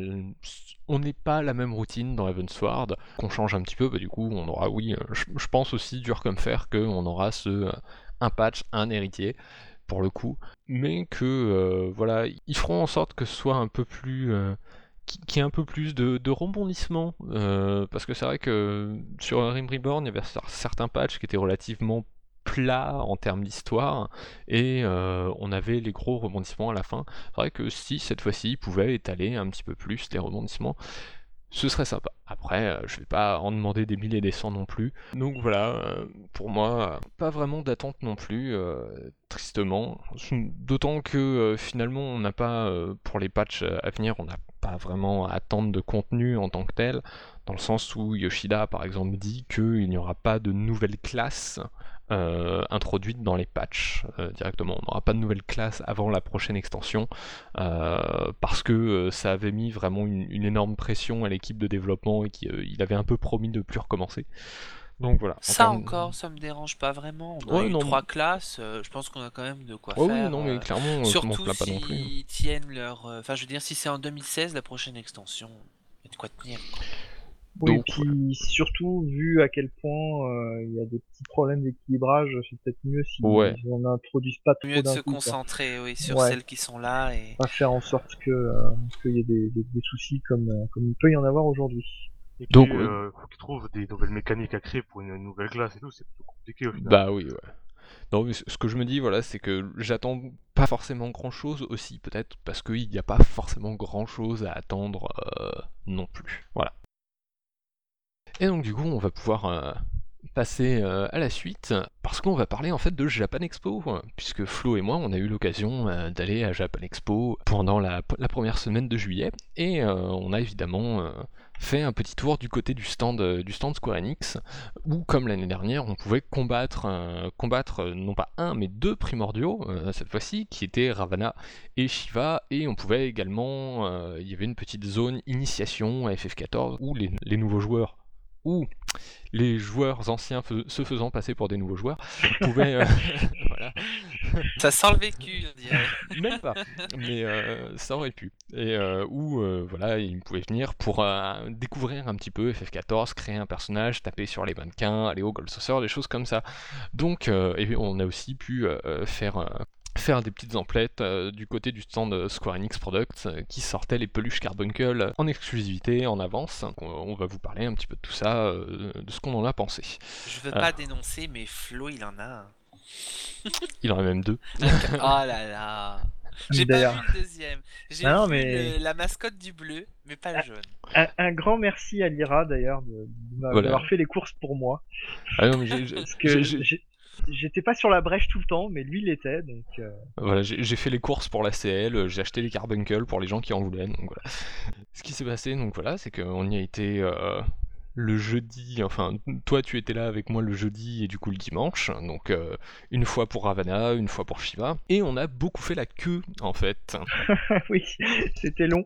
on n'ait pas la même routine dans Heavensward, qu'on change un petit peu, bah du coup on aura, oui, euh, je je pense aussi dur comme fer, qu'on aura ce euh, un patch, un héritier, pour le coup, mais que euh, voilà, ils feront en sorte que ce soit un peu plus euh, qu'il y ait un peu plus de, de rebondissements, euh, parce que c'est vrai que sur Rim Reborn, il y avait cer- certains patchs qui étaient relativement plats en termes d'histoire, et euh, on avait les gros rebondissements à la fin. C'est vrai que si cette fois-ci ils pouvaient étaler un petit peu plus les rebondissements, ce serait sympa. Après, euh, je vais pas en demander des milliers et des cents non plus. Donc voilà, euh, pour moi, euh, pas vraiment d'attente non plus, euh, tristement. D'autant que euh, finalement, on n'a pas, euh, pour les patchs à venir, on n'a pas vraiment à attendre de contenu en tant que tel, dans le sens où Yoshida, par exemple, dit qu'il n'y aura pas de nouvelles classes euh, introduites dans les patchs euh, directement. On n'aura pas de nouvelles classes avant la prochaine extension, euh, parce que euh, ça avait mis vraiment une, une énorme pression à l'équipe de développement et qu'il euh, avait un peu promis de plus recommencer. Donc voilà, en Ça termes... encore, ça me dérange pas vraiment. On a Ouais, eu non... trois classes, euh, je pense qu'on a quand même de quoi Oh oui, faire. non, mais euh, clairement, je m'en surtout plains pas non plus. s'ils tiennent leur... euh, Enfin, je veux dire, si c'est en deux mille seize, la prochaine extension, il y a de quoi tenir, quoi. Oui, et Donc, puis surtout vu à quel point euh, il y a des petits problèmes d'équilibrage, c'est peut-être mieux ouais. s'ils en introduisent pas Mieux trop de d'un se coup, quoi. concentrer, oui, sur Ouais, celles qui sont là et... pas faire en sorte que euh, qu'il y ait des, des, des soucis comme euh, comme il peut y en avoir aujourd'hui. Et puis, Donc, ouais. euh, faut qu'ils trouvent des nouvelles mécaniques à créer pour une nouvelle classe et tout, c'est plutôt compliqué au final. Bah oui, ouais. Non, mais ce que je me dis, voilà, c'est que j'attends pas forcément grand chose aussi, peut-être, parce qu'il n'y a pas forcément grand chose à attendre euh, non plus. Voilà. Et donc, du coup, on va pouvoir euh, passer euh, à la suite, parce qu'on va parler en fait de Japan Expo, euh, puisque Flo et moi, on a eu l'occasion euh, d'aller à Japan Expo pendant la, la première semaine de juillet, et euh, on a évidemment euh, fait un petit tour du côté du stand, euh, du stand Square Enix, où comme l'année dernière, on pouvait combattre, euh, combattre euh, non pas un, mais deux primordiaux, euh, cette fois-ci, qui étaient Ravana et Shiva, et on pouvait également, euh, il y avait une petite zone initiation à F F quatorze, où les, les nouveaux joueurs, ou les joueurs anciens fe- se faisant passer pour des nouveaux joueurs pouvaient euh, voilà. Ça sent le vécu, on dirait. Même pas, mais euh, ça aurait pu. Et euh, où euh, voilà, ils pouvaient venir pour euh, découvrir un petit peu F F quatorze, créer un personnage, taper sur les mannequins, aller au Gold Saucer, des choses comme ça. Donc euh, et on a aussi pu euh, faire euh, faire des petites emplettes euh, du côté du stand euh, Square Enix Products euh, qui sortait les peluches Carbuncle en exclusivité, en avance. Donc, on, on va vous parler un petit peu de tout ça, euh, de ce qu'on en a pensé. Je veux Euh, pas dénoncer, mais Flo, il en a un. il en a même deux. Oh là là. J'ai pas D'ailleurs, vu le deuxième. J'ai ah non, vu mais le- la mascotte du bleu, mais pas le jaune. un, un grand merci à Lyra d'ailleurs de- de m'a- Voilà. d'avoir fait les courses pour moi. Ah non, mais j'ai- j'ai- Parce j'ai- que j'ai- j'ai- j'étais pas sur la brèche tout le temps, mais lui l'était, donc euh, voilà, j'ai j'ai fait les courses pour la C L, j'ai acheté les Carbuncle pour les gens qui en voulaient, donc voilà. Ce qui s'est passé, donc voilà, c'est qu'on y a été euh, le jeudi, enfin toi tu étais là avec moi le jeudi et du coup le dimanche, donc euh, une fois pour Ravana, une fois pour Shiva, et on a beaucoup fait la queue en fait. Oui, c'était long.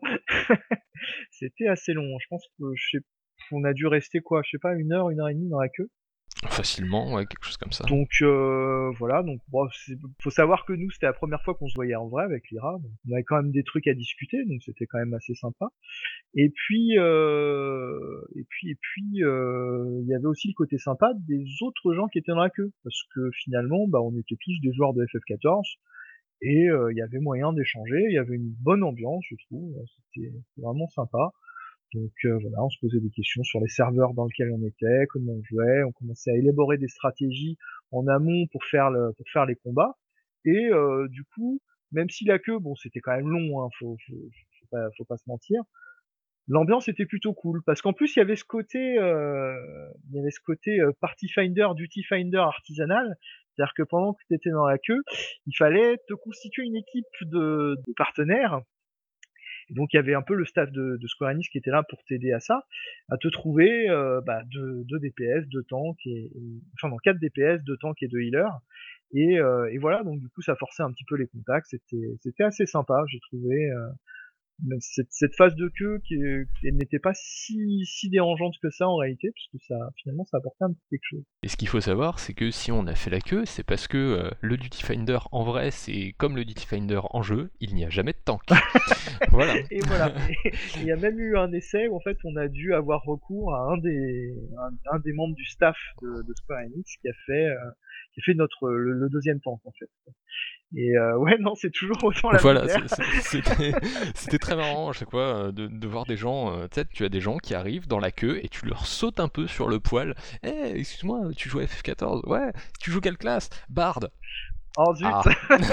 C'était assez long. Je pense que je sais, on a dû rester quoi, je sais pas, une heure, une heure et demie dans la queue. Facilement, ouais, quelque chose comme ça. Donc euh, voilà, donc bon, c'est- faut savoir que nous c'était la première fois qu'on se voyait en vrai avec Lyra, donc on avait quand même des trucs à discuter, donc c'était quand même assez sympa. Et puis euh, et puis et puis euh, il y avait aussi le côté sympa des autres gens qui étaient dans la queue, parce que finalement bah on était tous des joueurs de F F quatorze et euh, il y avait moyen d'échanger, il y avait une bonne ambiance je trouve, c'était c'était vraiment sympa. Donc euh, voilà, on se posait des questions sur les serveurs dans lesquels on était, comment on jouait, on commençait à élaborer des stratégies en amont pour faire le, pour faire les combats. Et euh, du coup, même si la queue, bon, c'était quand même long, hein, faut, faut, faut pas, faut pas se mentir. L'ambiance était plutôt cool parce qu'en plus il y avait ce côté, euh, il y avait ce côté euh, party finder, duty finder artisanal. C'est-à-dire que pendant que tu étais dans la queue, il fallait te constituer une équipe de, de partenaires. Et donc il y avait un peu le staff de, de Square Enix qui était là pour t'aider à ça, à te trouver euh, bah, deux, deux D P S, deux tanks, et, et, enfin non, quatre D P S, deux tanks et deux healers. Et, euh, et voilà, donc du coup ça forçait un petit peu les contacts, c'était c'était assez sympa, j'ai trouvé. Euh, cette, cette phase de queue qui, qui n'était pas si, si dérangeante que ça en réalité, puisque ça finalement ça apportait un petit quelque chose. Et ce qu'il faut savoir, c'est que si on a fait la queue, c'est parce que euh, le Duty Finder en vrai, c'est comme le Duty Finder en jeu, il n'y a jamais de tank. Voilà. Et voilà. Et il y a même eu un essai où en fait on a dû avoir recours à un des, un, un des membres du staff de, de Square Enix qui a fait, euh, qui a fait notre le, le deuxième tank en fait. Et euh, ouais, non, c'est toujours autant la Voilà, misère. c'est- c'est- c'était c'était très marrant à chaque fois euh, de, de voir des gens, euh, tu sais, tu as des gens qui arrivent dans la queue et tu leur sautes un peu sur le poil. Eh, excuse-moi, tu joues à F F quatorze? Ouais, tu joues quelle classe? Bard. Oh zut. Ah.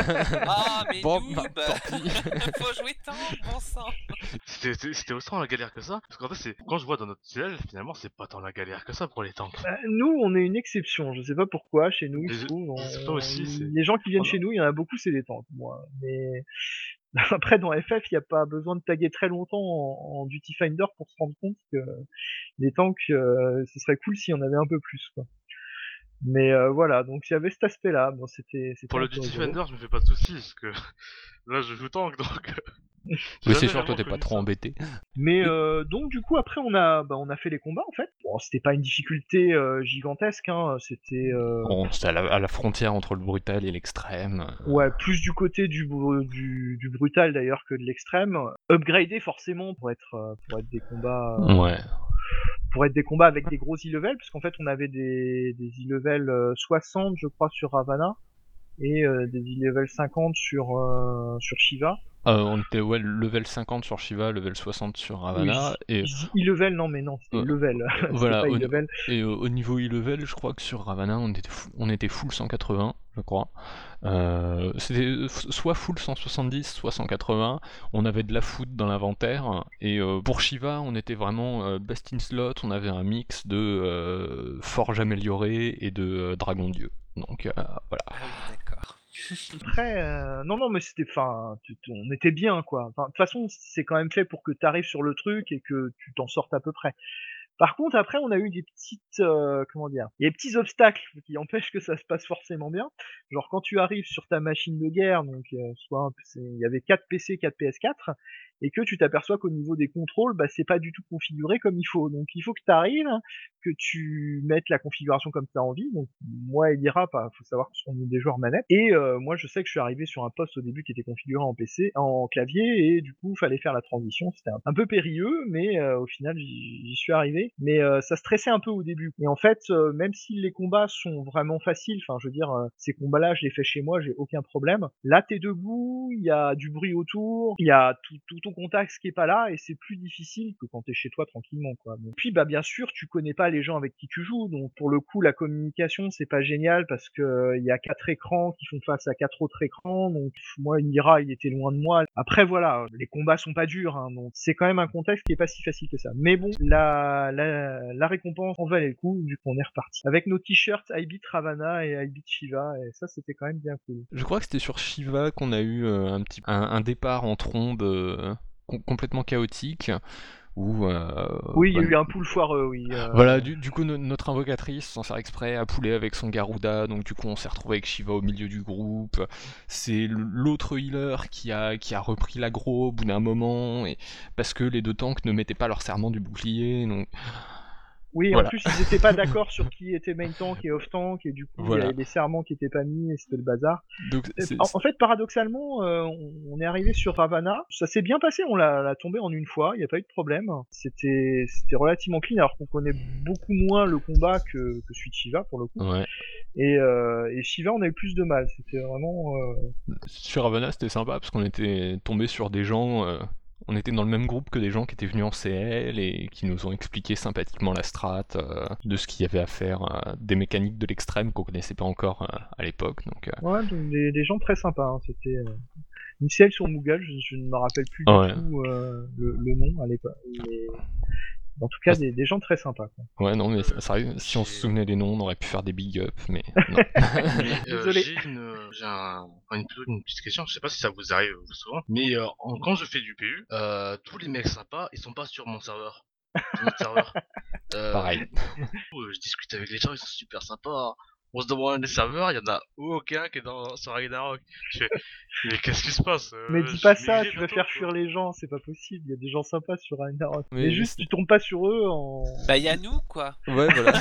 Ah, mais Bon, noob. bah, tant pis. Faut jouer tank, bon sang. C'était c'était- c'était autant la galère que ça. Parce qu'en fait, c'est quand je vois dans notre tunnel, finalement, c'est pas tant la galère que ça pour les tanks. Bah, nous, on est une exception. Je sais pas pourquoi. Chez nous, il Mais se je, trouve. je sais on- pas aussi, c'est. Les gens qui viennent Oh non. chez nous, il y en a beaucoup, c'est des tanks, moi. Mais après, dans F F, il n'y a pas besoin de taguer très longtemps en, en Duty Finder pour se rendre compte que les tanks, euh, ce serait cool s'il y en avait un peu plus, quoi. Mais euh, voilà, donc il y avait cet aspect-là. Bon, c'était, c'était Pour un le peu Duty rigolo. Finder, je me fais pas de soucis, parce que là, je joue tank, donc. J'ai Oui, c'est jamais sûr, toi vraiment t'es pas connu trop ça. embêté. Mais Oui. euh, donc du coup après on a bah, on a fait les combats en fait. Bon c'était pas une difficulté euh, gigantesque hein, c'était euh, Bon, c'était à la, à la frontière entre le brutal et l'extrême. ouais plus du côté du bru- du, du brutal d'ailleurs que de l'extrême. Upgradé forcément pour être euh, pour être des combats euh, Ouais. pour être des combats avec des gros e-level puisqu'en fait on avait des des e-level euh, soixante je crois sur Ravana et euh, des e-level cinquante sur euh, sur Shiva. Euh, on était ouais, level cinquante sur Shiva, level soixante sur Oui, Ravana, je et dis e-level non mais non c'était euh, level c'était voilà, pas au, e-level. et euh, au niveau e-level, je crois que sur Ravana, on était, fou- on était full cent quatre-vingts, je crois. Euh, c'était f- soit full cent soixante-dix, soit cent quatre-vingts. On avait de la food dans l'inventaire. Et euh, pour Shiva, on était vraiment euh, best in slot. On avait un mix de euh, forge améliorée et de euh, dragon dieu. Donc euh, voilà. Ah oui, d'accord. Après, euh, non, non, mais c'était, enfin, tu- tu- on était bien, quoi. Enfin, de toute façon, c'est quand même fait pour que tu arrives sur le truc et que tu t'en sortes à peu près. Par contre, après, on a eu des petites, euh, comment dire, il y a des petits obstacles qui empêchent que ça se passe forcément bien. Genre quand tu arrives sur ta machine de guerre, donc euh, soit un- c'est- il y avait quatre P C, quatre P S quatre, et que tu t'aperçois qu'au niveau des contrôles, bah c'est pas du tout configuré comme il faut. Donc il faut que tu arrives, que tu mettes la configuration comme tu as envie. Donc moi et Lyra, bah, faut savoir que ce sont des joueurs manettes. Et euh, moi je sais que je suis arrivé sur un poste au début qui était configuré en P C, en clavier, et du coup fallait faire la transition. C'était un, un peu périlleux, mais euh, au final j'y j'y suis arrivé. Mais euh, ça stressait un peu au début. Et en fait, euh, même si les combats sont vraiment faciles, enfin je veux dire, euh, ces combats-là, je les fais chez moi, j'ai aucun problème. Là, t'es debout, il y a du bruit autour, il y a tout, tout ton contact qui est pas là, et c'est plus difficile que quand t'es chez toi tranquillement, quoi. Donc, puis bah bien sûr, tu connais pas les gens avec qui tu joues, donc pour le coup, la communication c'est pas génial parce que euh, il y a quatre écrans qui font face à quatre autres écrans. Donc moi, Mira, il était loin de moi. Après voilà, les combats sont pas durs, hein, donc c'est quand même un contexte qui est pas si facile que ça. Mais bon, la la, la récompense en valait le coup vu qu'on est reparti avec nos t-shirts I beat Ravana et I beat Shiva, et ça c'était quand même bien cool. Je crois que c'était sur Shiva qu'on a eu euh, un petit un, un départ en trombe euh, com- complètement chaotique où euh, Oui, il y a bah, eu un pool foireux, oui. euh, voilà, du, du coup, no- notre invocatrice, sans faire exprès, a poulé avec son Garuda, donc du coup, on s'est retrouvé avec Shiva au milieu du groupe. C'est l- l'autre healer qui a, qui a repris l'aggro au bout d'un moment, et parce que les deux tanks ne mettaient pas leur serment du bouclier, donc Oui, en voilà. plus, ils étaient pas d'accord sur qui était main tank et off tank, et du coup, il y Voilà. avait des serments qui étaient pas mis, et c'était le bazar. Donc, Et c'est- En, en fait, paradoxalement, euh, on, on est arrivé sur Ravana. Ça s'est bien passé, on l'a l'a tombé en une fois, il n'y a pas eu de problème. C'était c'était relativement clean, alors qu'on connaît beaucoup moins le combat que, que celui de Shiva, pour le coup. ouais. Et, euh, et Shiva, on a eu plus de mal. C'était vraiment... euh, Sur Havana, c'était sympa parce qu'on était tombé sur des gens. euh, on était dans le même groupe que des gens qui étaient venus en C L et qui nous ont expliqué sympathiquement la strat, euh, de ce qu'il y avait à faire, euh, des mécaniques de l'extrême qu'on connaissait pas encore euh, à l'époque. Donc, euh, Ouais, donc des, des gens très sympas. Hein. C'était euh, une C L sur Moogle, je, je ne me rappelle plus du ouais. tout euh, le, le nom à l'époque. Mais en tout cas, des, des gens très sympas. Quoi. Ouais, non, mais Euh, ça arrive, si on se j'ai- souvenait des noms, on aurait pu faire des big up, mais non. Mais euh, Désolé. j'ai une, j'ai un, enfin, une, plutôt une petite question. Je sais pas si ça vous arrive vous souvent, mais euh, en- quand je fais du P U, euh, tous les mecs sympas, ils sont pas sur mon serveur, sur notre serveur. Euh, Pareil. du coup, euh, je discute avec les gens, ils sont super sympas. On se demande les serveurs, il y en a aucun qui est dans sur Ragnarok. Je fais, mais qu'est-ce qui se passe euh, Mais dis je pas vais ça, migrer tu vas bientôt, faire quoi. fuir les gens, c'est pas possible. Il y a des gens sympas sur Ragnarok. Mais Mais, juste, c'est- tu tombes pas sur eux en. Bah, y a nous, quoi. Ouais, voilà.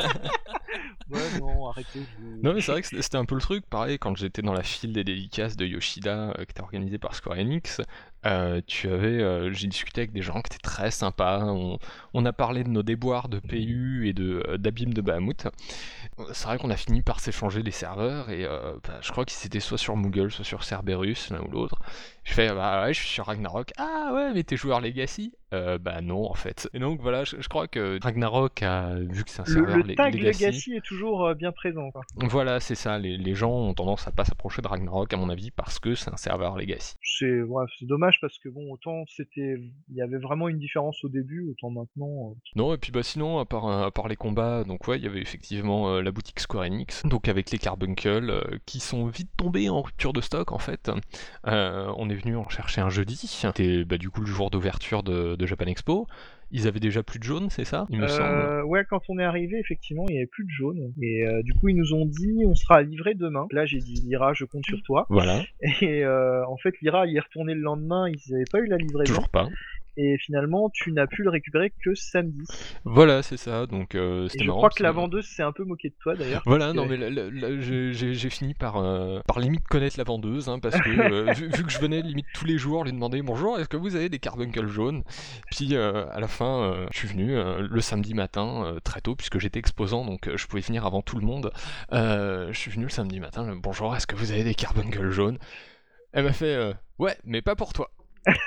Ouais, non, arrêtez. je- Non mais c'est vrai que c'était c'était un peu le truc, pareil quand j'étais dans la file des dédicaces de Yoshida euh, qui était organisée par Square Enix, euh, tu avais, euh, j'ai discuté avec des gens qui étaient très sympas, on, on a parlé de nos déboires de P U et de euh, d'Abîme de Bahamut. C'est vrai qu'on a fini par s'échanger les serveurs et euh, bah, je crois qu'ils étaient soit sur Moogle, soit sur Cerberus, l'un ou l'autre. Je fais bah ouais je suis sur Ragnarok, ah ouais mais t'es joueur Legacy euh, Bah non en fait. Et donc voilà, je, je crois que Ragnarok a, vu que c'est un Le, serveur le le- tag Legacy, Legacy est toujours euh, bien présent. Quoi. voilà, c'est ça, les, les gens ont tendance à pas s'approcher de Ragnarok à mon avis parce que c'est un serveur Legacy. C'est ouais, c'est dommage parce que bon, autant c'était, il y avait vraiment une différence au début, autant maintenant. euh, Non, et puis bah sinon, à part, euh, à part les combats, donc ouais, il y avait effectivement euh, la boutique Square Enix, donc avec les Carbuncle, euh, qui sont vite tombés en rupture de stock en fait. Euh, on est venu en chercher un jeudi, c'était bah, du coup le jour d'ouverture de, de Japan Expo. Ils avaient déjà plus de jaune, c'est ça, il me semble. Euh, ouais, quand on est arrivé, effectivement, il y avait plus de jaune. Et euh, du coup, ils nous ont dit, on sera livré demain. Là, j'ai dit, Lyra, je compte sur toi. Voilà, Et euh, en fait, Lyra y est retourné le lendemain, ils n'avaient pas eu la livraison. toujours pas. Et finalement, tu n'as pu le récupérer que samedi. Voilà, c'est ça, donc euh, Et c'était je marrant. crois parce que la vendeuse s'est un peu moquée de toi d'ailleurs. Voilà, parce non que- mais là, là, là, j'ai j'ai- j'ai fini par, euh, par limite connaître la vendeuse, hein, parce que euh, vu, vu que je venais limite tous les jours lui demander bonjour, est-ce que vous avez des carbuncles jaunes. Puis euh, à la fin, euh, je suis venu euh, le samedi matin, euh, très tôt, puisque j'étais exposant, donc euh, je pouvais venir avant tout le monde. Euh, je suis venu le samedi matin, le, bonjour, est-ce que vous avez des carbuncles jaunes. Elle m'a fait euh, ouais, mais pas pour toi.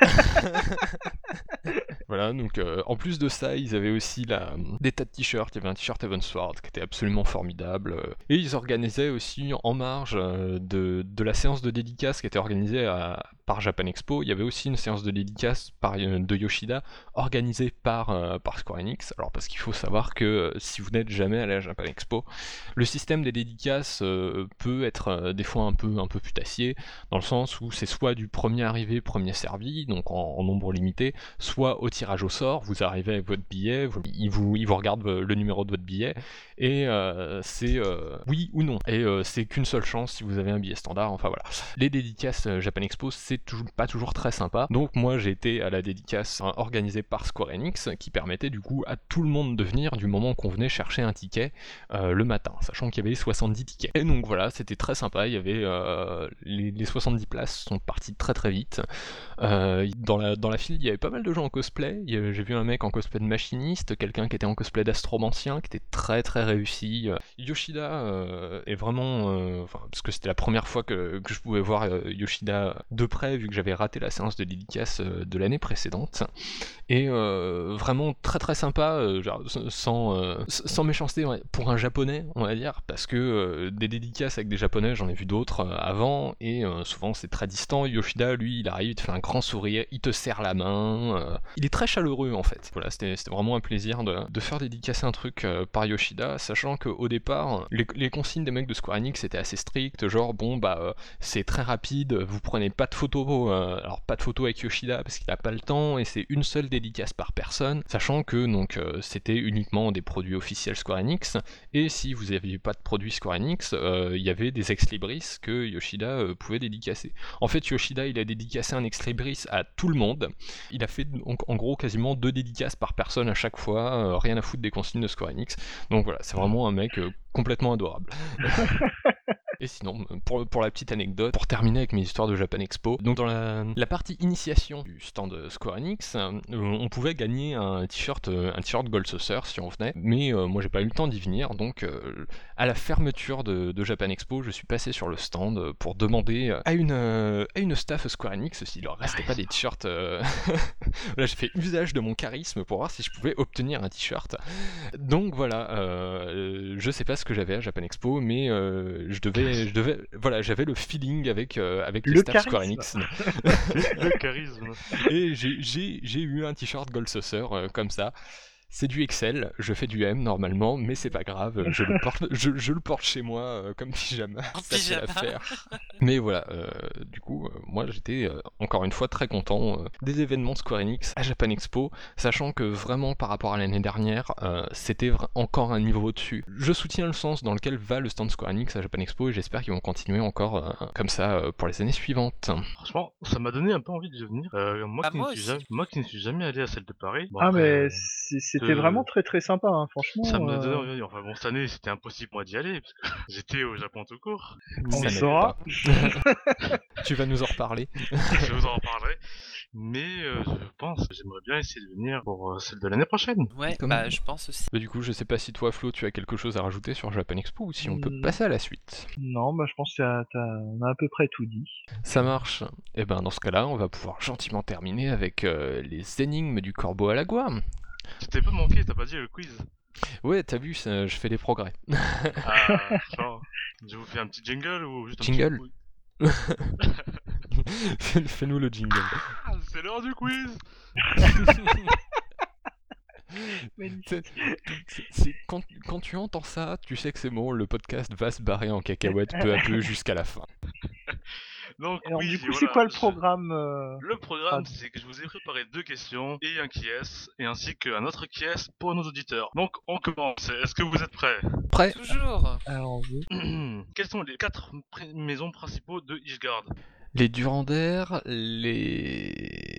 Voilà, donc euh, en plus de ça, ils avaient aussi la, des tas de t-shirts. Il y avait un t-shirt Heavensward qui était absolument formidable. euh, Et ils organisaient aussi en marge euh, de, de la séance de dédicace qui était organisée à- par Japan Expo. Il y avait aussi une séance de dédicace par, euh, de Yoshida organisée par, euh, par Square Enix. Alors parce qu'il faut savoir que euh, si vous n'êtes jamais allé à Japan Expo, le système des dédicaces euh, peut être euh, des fois un peu, un peu putassier, dans le sens où c'est soit du premier arrivé, premier servi, donc en, en nombre limité, soit au tirage au sort, vous arrivez avec votre billet, vous, il, vous, il vous regarde le numéro de votre billet, et euh, c'est euh, oui ou non. Et euh, c'est qu'une seule chance si vous avez un billet standard, enfin voilà. Les dédicaces euh, Japan Expo, c'est toujours, pas toujours très sympa. Donc moi j'ai été à la dédicace hein, organisée par Square Enix, qui permettait du coup à tout le monde de venir du moment qu'on venait chercher un ticket euh, le matin, sachant qu'il y avait soixante-dix tickets. Et donc voilà, c'était très sympa, il y avait euh, les, les soixante-dix places sont parties très très vite. Euh, dans, la, dans la file, il y avait pas mal de gens en cosplay. Il y avait- J'ai vu un mec en cosplay de machiniste, quelqu'un qui était en cosplay d'astromancien, qui était très très réussi. Euh, Yoshida euh, est vraiment... euh, enfin, parce que c'était la première fois que, que je pouvais voir euh, Yoshida de près, vu que j'avais raté la séance de dédicace euh, de l'année précédente. Et euh, vraiment très très sympa, euh, genre, sans, euh, sans méchanceté, ouais, pour un japonais, on va dire, parce que euh, des dédicaces avec des japonais, j'en ai vu d'autres euh, avant, et euh, souvent c'est très distant. Yoshida, lui, il arrive, il te fait un grand sourire, il te serre la main, euh, il est très chaleureux en fait. Voilà, c'était c'était vraiment un plaisir de, de faire dédicacer un truc euh, par Yoshida, sachant qu'au départ, les, les consignes des mecs de Square Enix étaient assez strictes, genre bon bah euh, c'est très rapide, vous prenez pas de photos, euh, alors pas de photos avec Yoshida parce qu'il a pas le temps, et c'est une seule dédicace dédicaces par personne, sachant que donc euh, c'était uniquement des produits officiels Square Enix, et si vous n'aviez pas de produits Square Enix, euh, il y avait des ex-libris que Yoshida euh, pouvait dédicacer. En fait, Yoshida, il a dédicacé un ex-libris à tout le monde. Il a fait donc, en gros quasiment deux dédicaces par personne à chaque fois, euh, rien à foutre des consignes de Square Enix. Donc voilà, c'est vraiment un mec euh, complètement adorable. Et sinon, pour, pour la petite anecdote, pour terminer avec mes histoires de Japan Expo, donc dans la, la partie initiation du stand Square Enix, euh, on pouvait gagner un t-shirt euh, un t-shirt Gold Saucer si on venait, mais euh, moi j'ai pas eu le temps d'y venir, donc euh, à la fermeture de, de Japan Expo, je suis passé sur le stand pour demander à une, euh, à une staff Square Enix s'il leur restait pas des t-shirts. Euh... Là j'ai fait usage de mon charisme pour voir si je pouvais obtenir un t-shirt. Donc voilà, euh, je sais pas ce que j'avais à Japan Expo, mais euh, je devais je devais, voilà, j'avais le feeling avec, euh, avec le, Le staff Square charisme. Enix. Le charisme. Et j'ai, j'ai, j'ai eu un t-shirt Gold Saucer euh, comme ça. C'est du Excel, je fais du M normalement, mais c'est pas grave, je le porte, je, je le porte chez moi euh, comme pyjama, En ça fait pyjama. l'affaire. Mais voilà, euh, du coup, euh, moi j'étais euh, encore une fois très content euh, des événements Square Enix à Japan Expo, sachant que vraiment par rapport à l'année dernière, euh, c'était vra- encore un niveau au-dessus. Je soutiens le sens dans lequel va le stand Square Enix à Japan Expo et j'espère qu'ils vont continuer encore euh, comme ça euh, pour les années suivantes. Franchement, ça m'a donné un peu envie de venir. Euh, moi, Ah, qui ne moi suis aussi. jamais, moi qui ne suis jamais allé à celle de Paris. Bon, Ah après, mais euh, c'est- c'était de- vraiment très très sympa, hein, franchement. ça me donnait euh, envie. Enfin bon, cette année, c'était impossible moi d'y aller parce que j'étais au Japon tout court. On Ça le n'aide saura. pas. Tu vas nous en reparler. Je vous en reparlerai. Mais euh, je pense que j'aimerais bien essayer de venir pour euh, celle de l'année prochaine. Ouais, Comme- bah je pense aussi. Bah, du coup, je sais pas si toi, Flo, tu as quelque chose à rajouter sur Japan Expo ou si on peut Hmm. passer à la suite. Non, bah je pense que t'as- t'as- on a à peu près tout dit. Ça marche. Et ben dans ce cas-là, on va pouvoir gentiment terminer avec euh, les énigmes du corbeau à la goie. Tu t'es pas manqué, t'as pas dit le quiz. Ouais, t'as vu, ça- je fais des progrès. Ah, genre, je vous fais un petit jingle ou juste un Jingle petit... Fais- Fais-nous le jingle. Ah, c'est l'heure du quiz. C'est- c'est- c'est- quand, quand tu entends ça, tu sais que c'est bon, le podcast va se barrer en cacahuète peu à peu jusqu'à la fin. Donc Alors oui, du coup, voilà, c'est quoi le je- programme euh, Le programme, Ah. c'est que je vous ai préparé deux questions et un qui-est, et ainsi qu'un autre qui-est pour nos auditeurs. Donc on commence. Est-ce que vous êtes prêts? Prêt? Toujours. Allons-y. Quelles sont les quatre pr- maisons principaux de Ishgard? Les Durandères, les...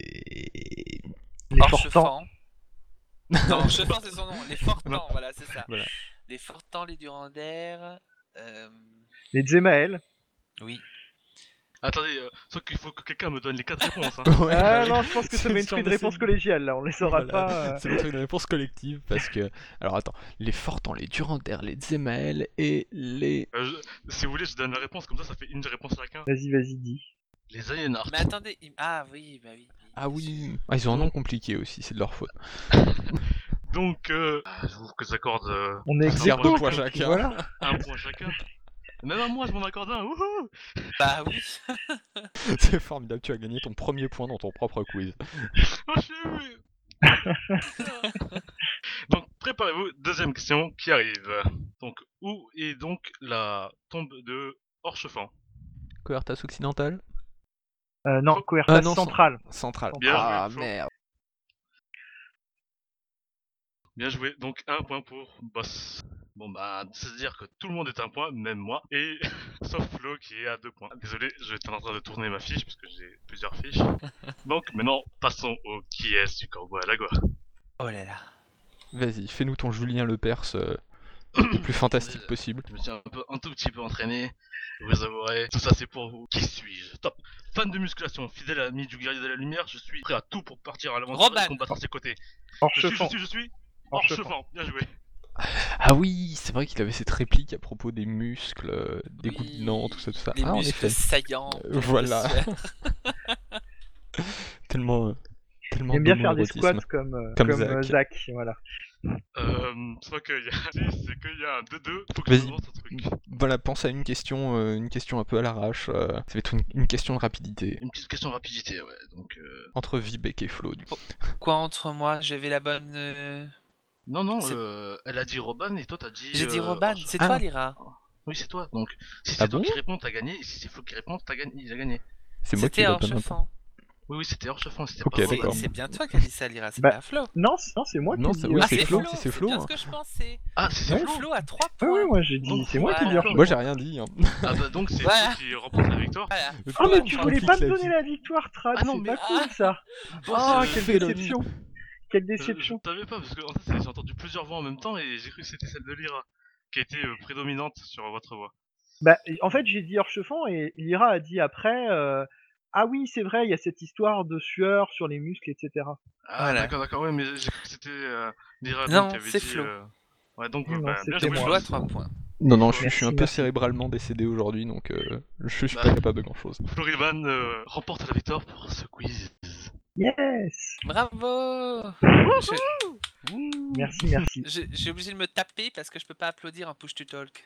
Les Orchefan. Fortans. Non, Orchefan c'est son nom. Les Fortans, voilà, c'est ça. Voilà. Les Fortans, les Durandères. Euh... Les Dzemael. Oui. Attendez, euh, sauf qu'il faut que quelqu'un me donne les quatre réponses. Hein. Ouais, Ah bah oui. non, je pense que ça C'est met une une sorte truc de de réponse série. collégiale là, on les saura Voilà. pas. euh. C'est le truc de réponse collective parce que... Alors attends, les Fortans, les Durandères, les Dzemael et les... Euh, je- Si vous voulez, je donne la réponse, comme ça, ça fait une réponse chacun. Vas-y, vas-y, dis. Les Alienards. Mais attendez, il- ah oui, bah oui. Ah oui, ah, ils ont un nom compliqué aussi, c'est de leur faute. Donc, euh, ah, je vous que j'accorde euh, On est un ex Garde aequo, de poids puis chacun. Voilà. un point chacun. Même à moi, je m'en accorde un. Wouhou. Bah oui. C'est formidable, tu as gagné ton premier point dans ton propre quiz. Oh, je sais, oui. Donc, préparez-vous, deuxième question qui arrive. Donc, où est donc la tombe de Orchefan? Coertas occidental? Euh, non, Oh. Coertas Ah non, centrale. Central. Bien joué, Ah Flo. merde. Bien joué, donc un point pour Boss. Bon bah, c'est-à-dire que tout le monde est un point, même moi, et sauf Flo qui est à deux points. Désolé, j'étais en train de tourner ma fiche parce que j'ai plusieurs fiches. Donc maintenant, passons au qui est du corbeau à la goie. Oh là là. Vas-y, fais-nous ton Julien Lepers euh, le plus fantastique Euh, possible. Je me suis un, peu, un tout petit peu entraîné, vous avouerez. Tout ça c'est pour vous. Qui suis-je? Top. Fan de musculation, fidèle ami du guerrier de la lumière, je suis prêt à tout pour partir à l'aventure Roban. et combattre à ses côtés. Je suis, je Orchefan. suis, je suis Orchefan. Orchefan, bien joué. Ah oui, c'est vrai qu'il avait cette réplique à propos des muscles, euh, des Oui, coups de dents, tout ça, tout ça. Les Ah, en muscles effet. saillants. Euh, pleins de voilà. sueur. Tellement, euh, tellement J'aime bien faire des d'homoérotisme. squats comme, euh, Comme comme Zach. euh, Zach. Voilà. Euh, c'est pas qu'il y a si, c'est qu'il y a un deux deux, faut que Vas-y. je lance un truc. Voilà, pense à une question, euh, une question un peu à l'arrache. euh, ça va être une, une question de rapidité. Une petite question de rapidité, ouais. Donc, euh... Entre Vibek et Flo, du coup. Quoi entre moi? J'avais la bonne. euh, Non, non, C'est- euh, elle a dit Roban et toi t'as dit. J'ai dit euh, Roban. Orche- C'est Ah. toi, Lyra. Oui, c'est toi. Donc, si c'est Ah toi bon qui réponds, t'as gagné. Et si c'est Flo qui répond, t'as gagné. Il a gagné. C'est moi qui C'était la bonne réponse. Orchefan. Oui, oui, c'était Orchefin, c'était Ok, pas C'est- d'accord. C'est bien toi qui as dit ça, Lyra, c'est Bah, pas Flo. Non, c'est non, c'est moi Non, qui ai c'est- dit. oui, euh, Ah, c'est c'est Flo, Flo, c'est c'est Flo, bien hein. ce que je pensais. Ah, c'est Ouais. Flo. Flo à trois Ah oui, points. moi j'ai dit, Donc, c'est moi qui ai dit voilà. Orchefin. Moi j'ai rien dit. Hein. Ah bah donc c'est Voilà. Flo qui remporte la victoire. Voilà. Le Ah, mais Flo tu qui voulais complique pas me la donner vie. la victoire, Trad, Ah non, c'est mais- pas cool ça. Bon, Ah, c'est- quelle Félonine. déception. Quelle Je, je déception. t'avais pas parce que en fait j'ai entendu plusieurs voix en même temps et j'ai cru que c'était celle de Lyra qui était euh, prédominante sur votre voix. Bah, en fait, j'ai dit Orchefin et Lyra a dit après euh, ah oui, c'est vrai, il y a cette histoire de sueur sur les muscles, et cetera. Ah Voilà. d'accord d'accord ouais mais j'ai cru que c'était euh, Lyra Non, donc qui avait c'est dit. Flo. euh, Ouais donc Non, euh, bah, bien c'était joué. moi. Flo à trois points. Non, non, je, je suis un Merci, peu merci. cérébralement décédé aujourd'hui, donc euh, je suis Bah. pas capable de grand chose. Floriban euh, remporte la victoire pour ce quiz. Yes. Bravo. Je- Merci, merci. je- J'ai obligé de me taper parce que je peux pas applaudir en push to talk.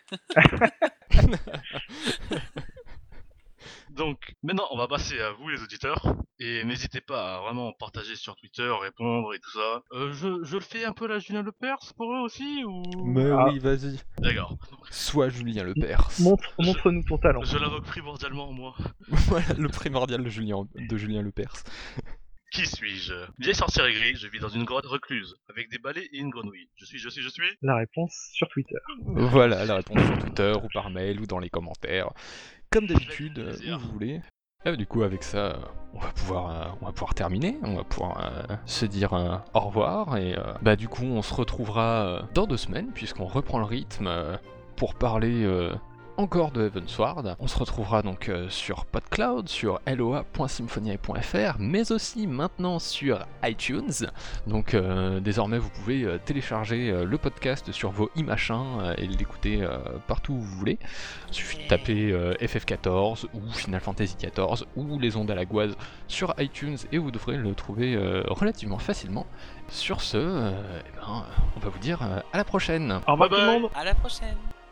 Donc maintenant on va passer à vous les auditeurs et n'hésitez pas à vraiment partager sur Twitter, répondre et tout ça. Euh, je, je le fais un peu la Julien Lepers pour eux aussi ou... Mais Ah. oui, vas-y. D'accord. Sois Julien Lepers. Montre, Je- montre-nous ton talent. Je l'invoque primordialement moi. Voilà, le primordial de Julien, de Julien Lepers. Qui suis-je? Vieille sorcière aigrie, je vis dans une grotte recluse, avec des balais et une grenouille. Je suis, je suis, je suis La réponse sur Twitter. Voilà, la réponse sur Twitter ou par mail ou dans les commentaires. Comme d'habitude, euh, où vous voulez. Et du coup, avec ça, euh, on va pouvoir, euh, on va pouvoir terminer. On va pouvoir euh, se dire euh, au revoir. Et euh, bah du coup, on se retrouvera euh, dans deux semaines puisqu'on reprend le rythme euh, pour parler euh, encore de Heavensward. On se retrouvera donc euh, sur PodCloud, sur L O A point symphoniae point F R, mais aussi maintenant sur iTunes. Donc euh, désormais vous pouvez euh, télécharger euh, le podcast sur vos e-machins euh, et l'écouter euh, partout où vous voulez. Il suffit de taper euh, F F quatorze ou Final Fantasy quatorze ou Les Ondes à la Goise sur iTunes et vous devrez le trouver euh, relativement facilement. Sur ce, euh, eh ben, on va vous dire euh, à la prochaine. Au revoir Bye tout le bye. monde. À la prochaine.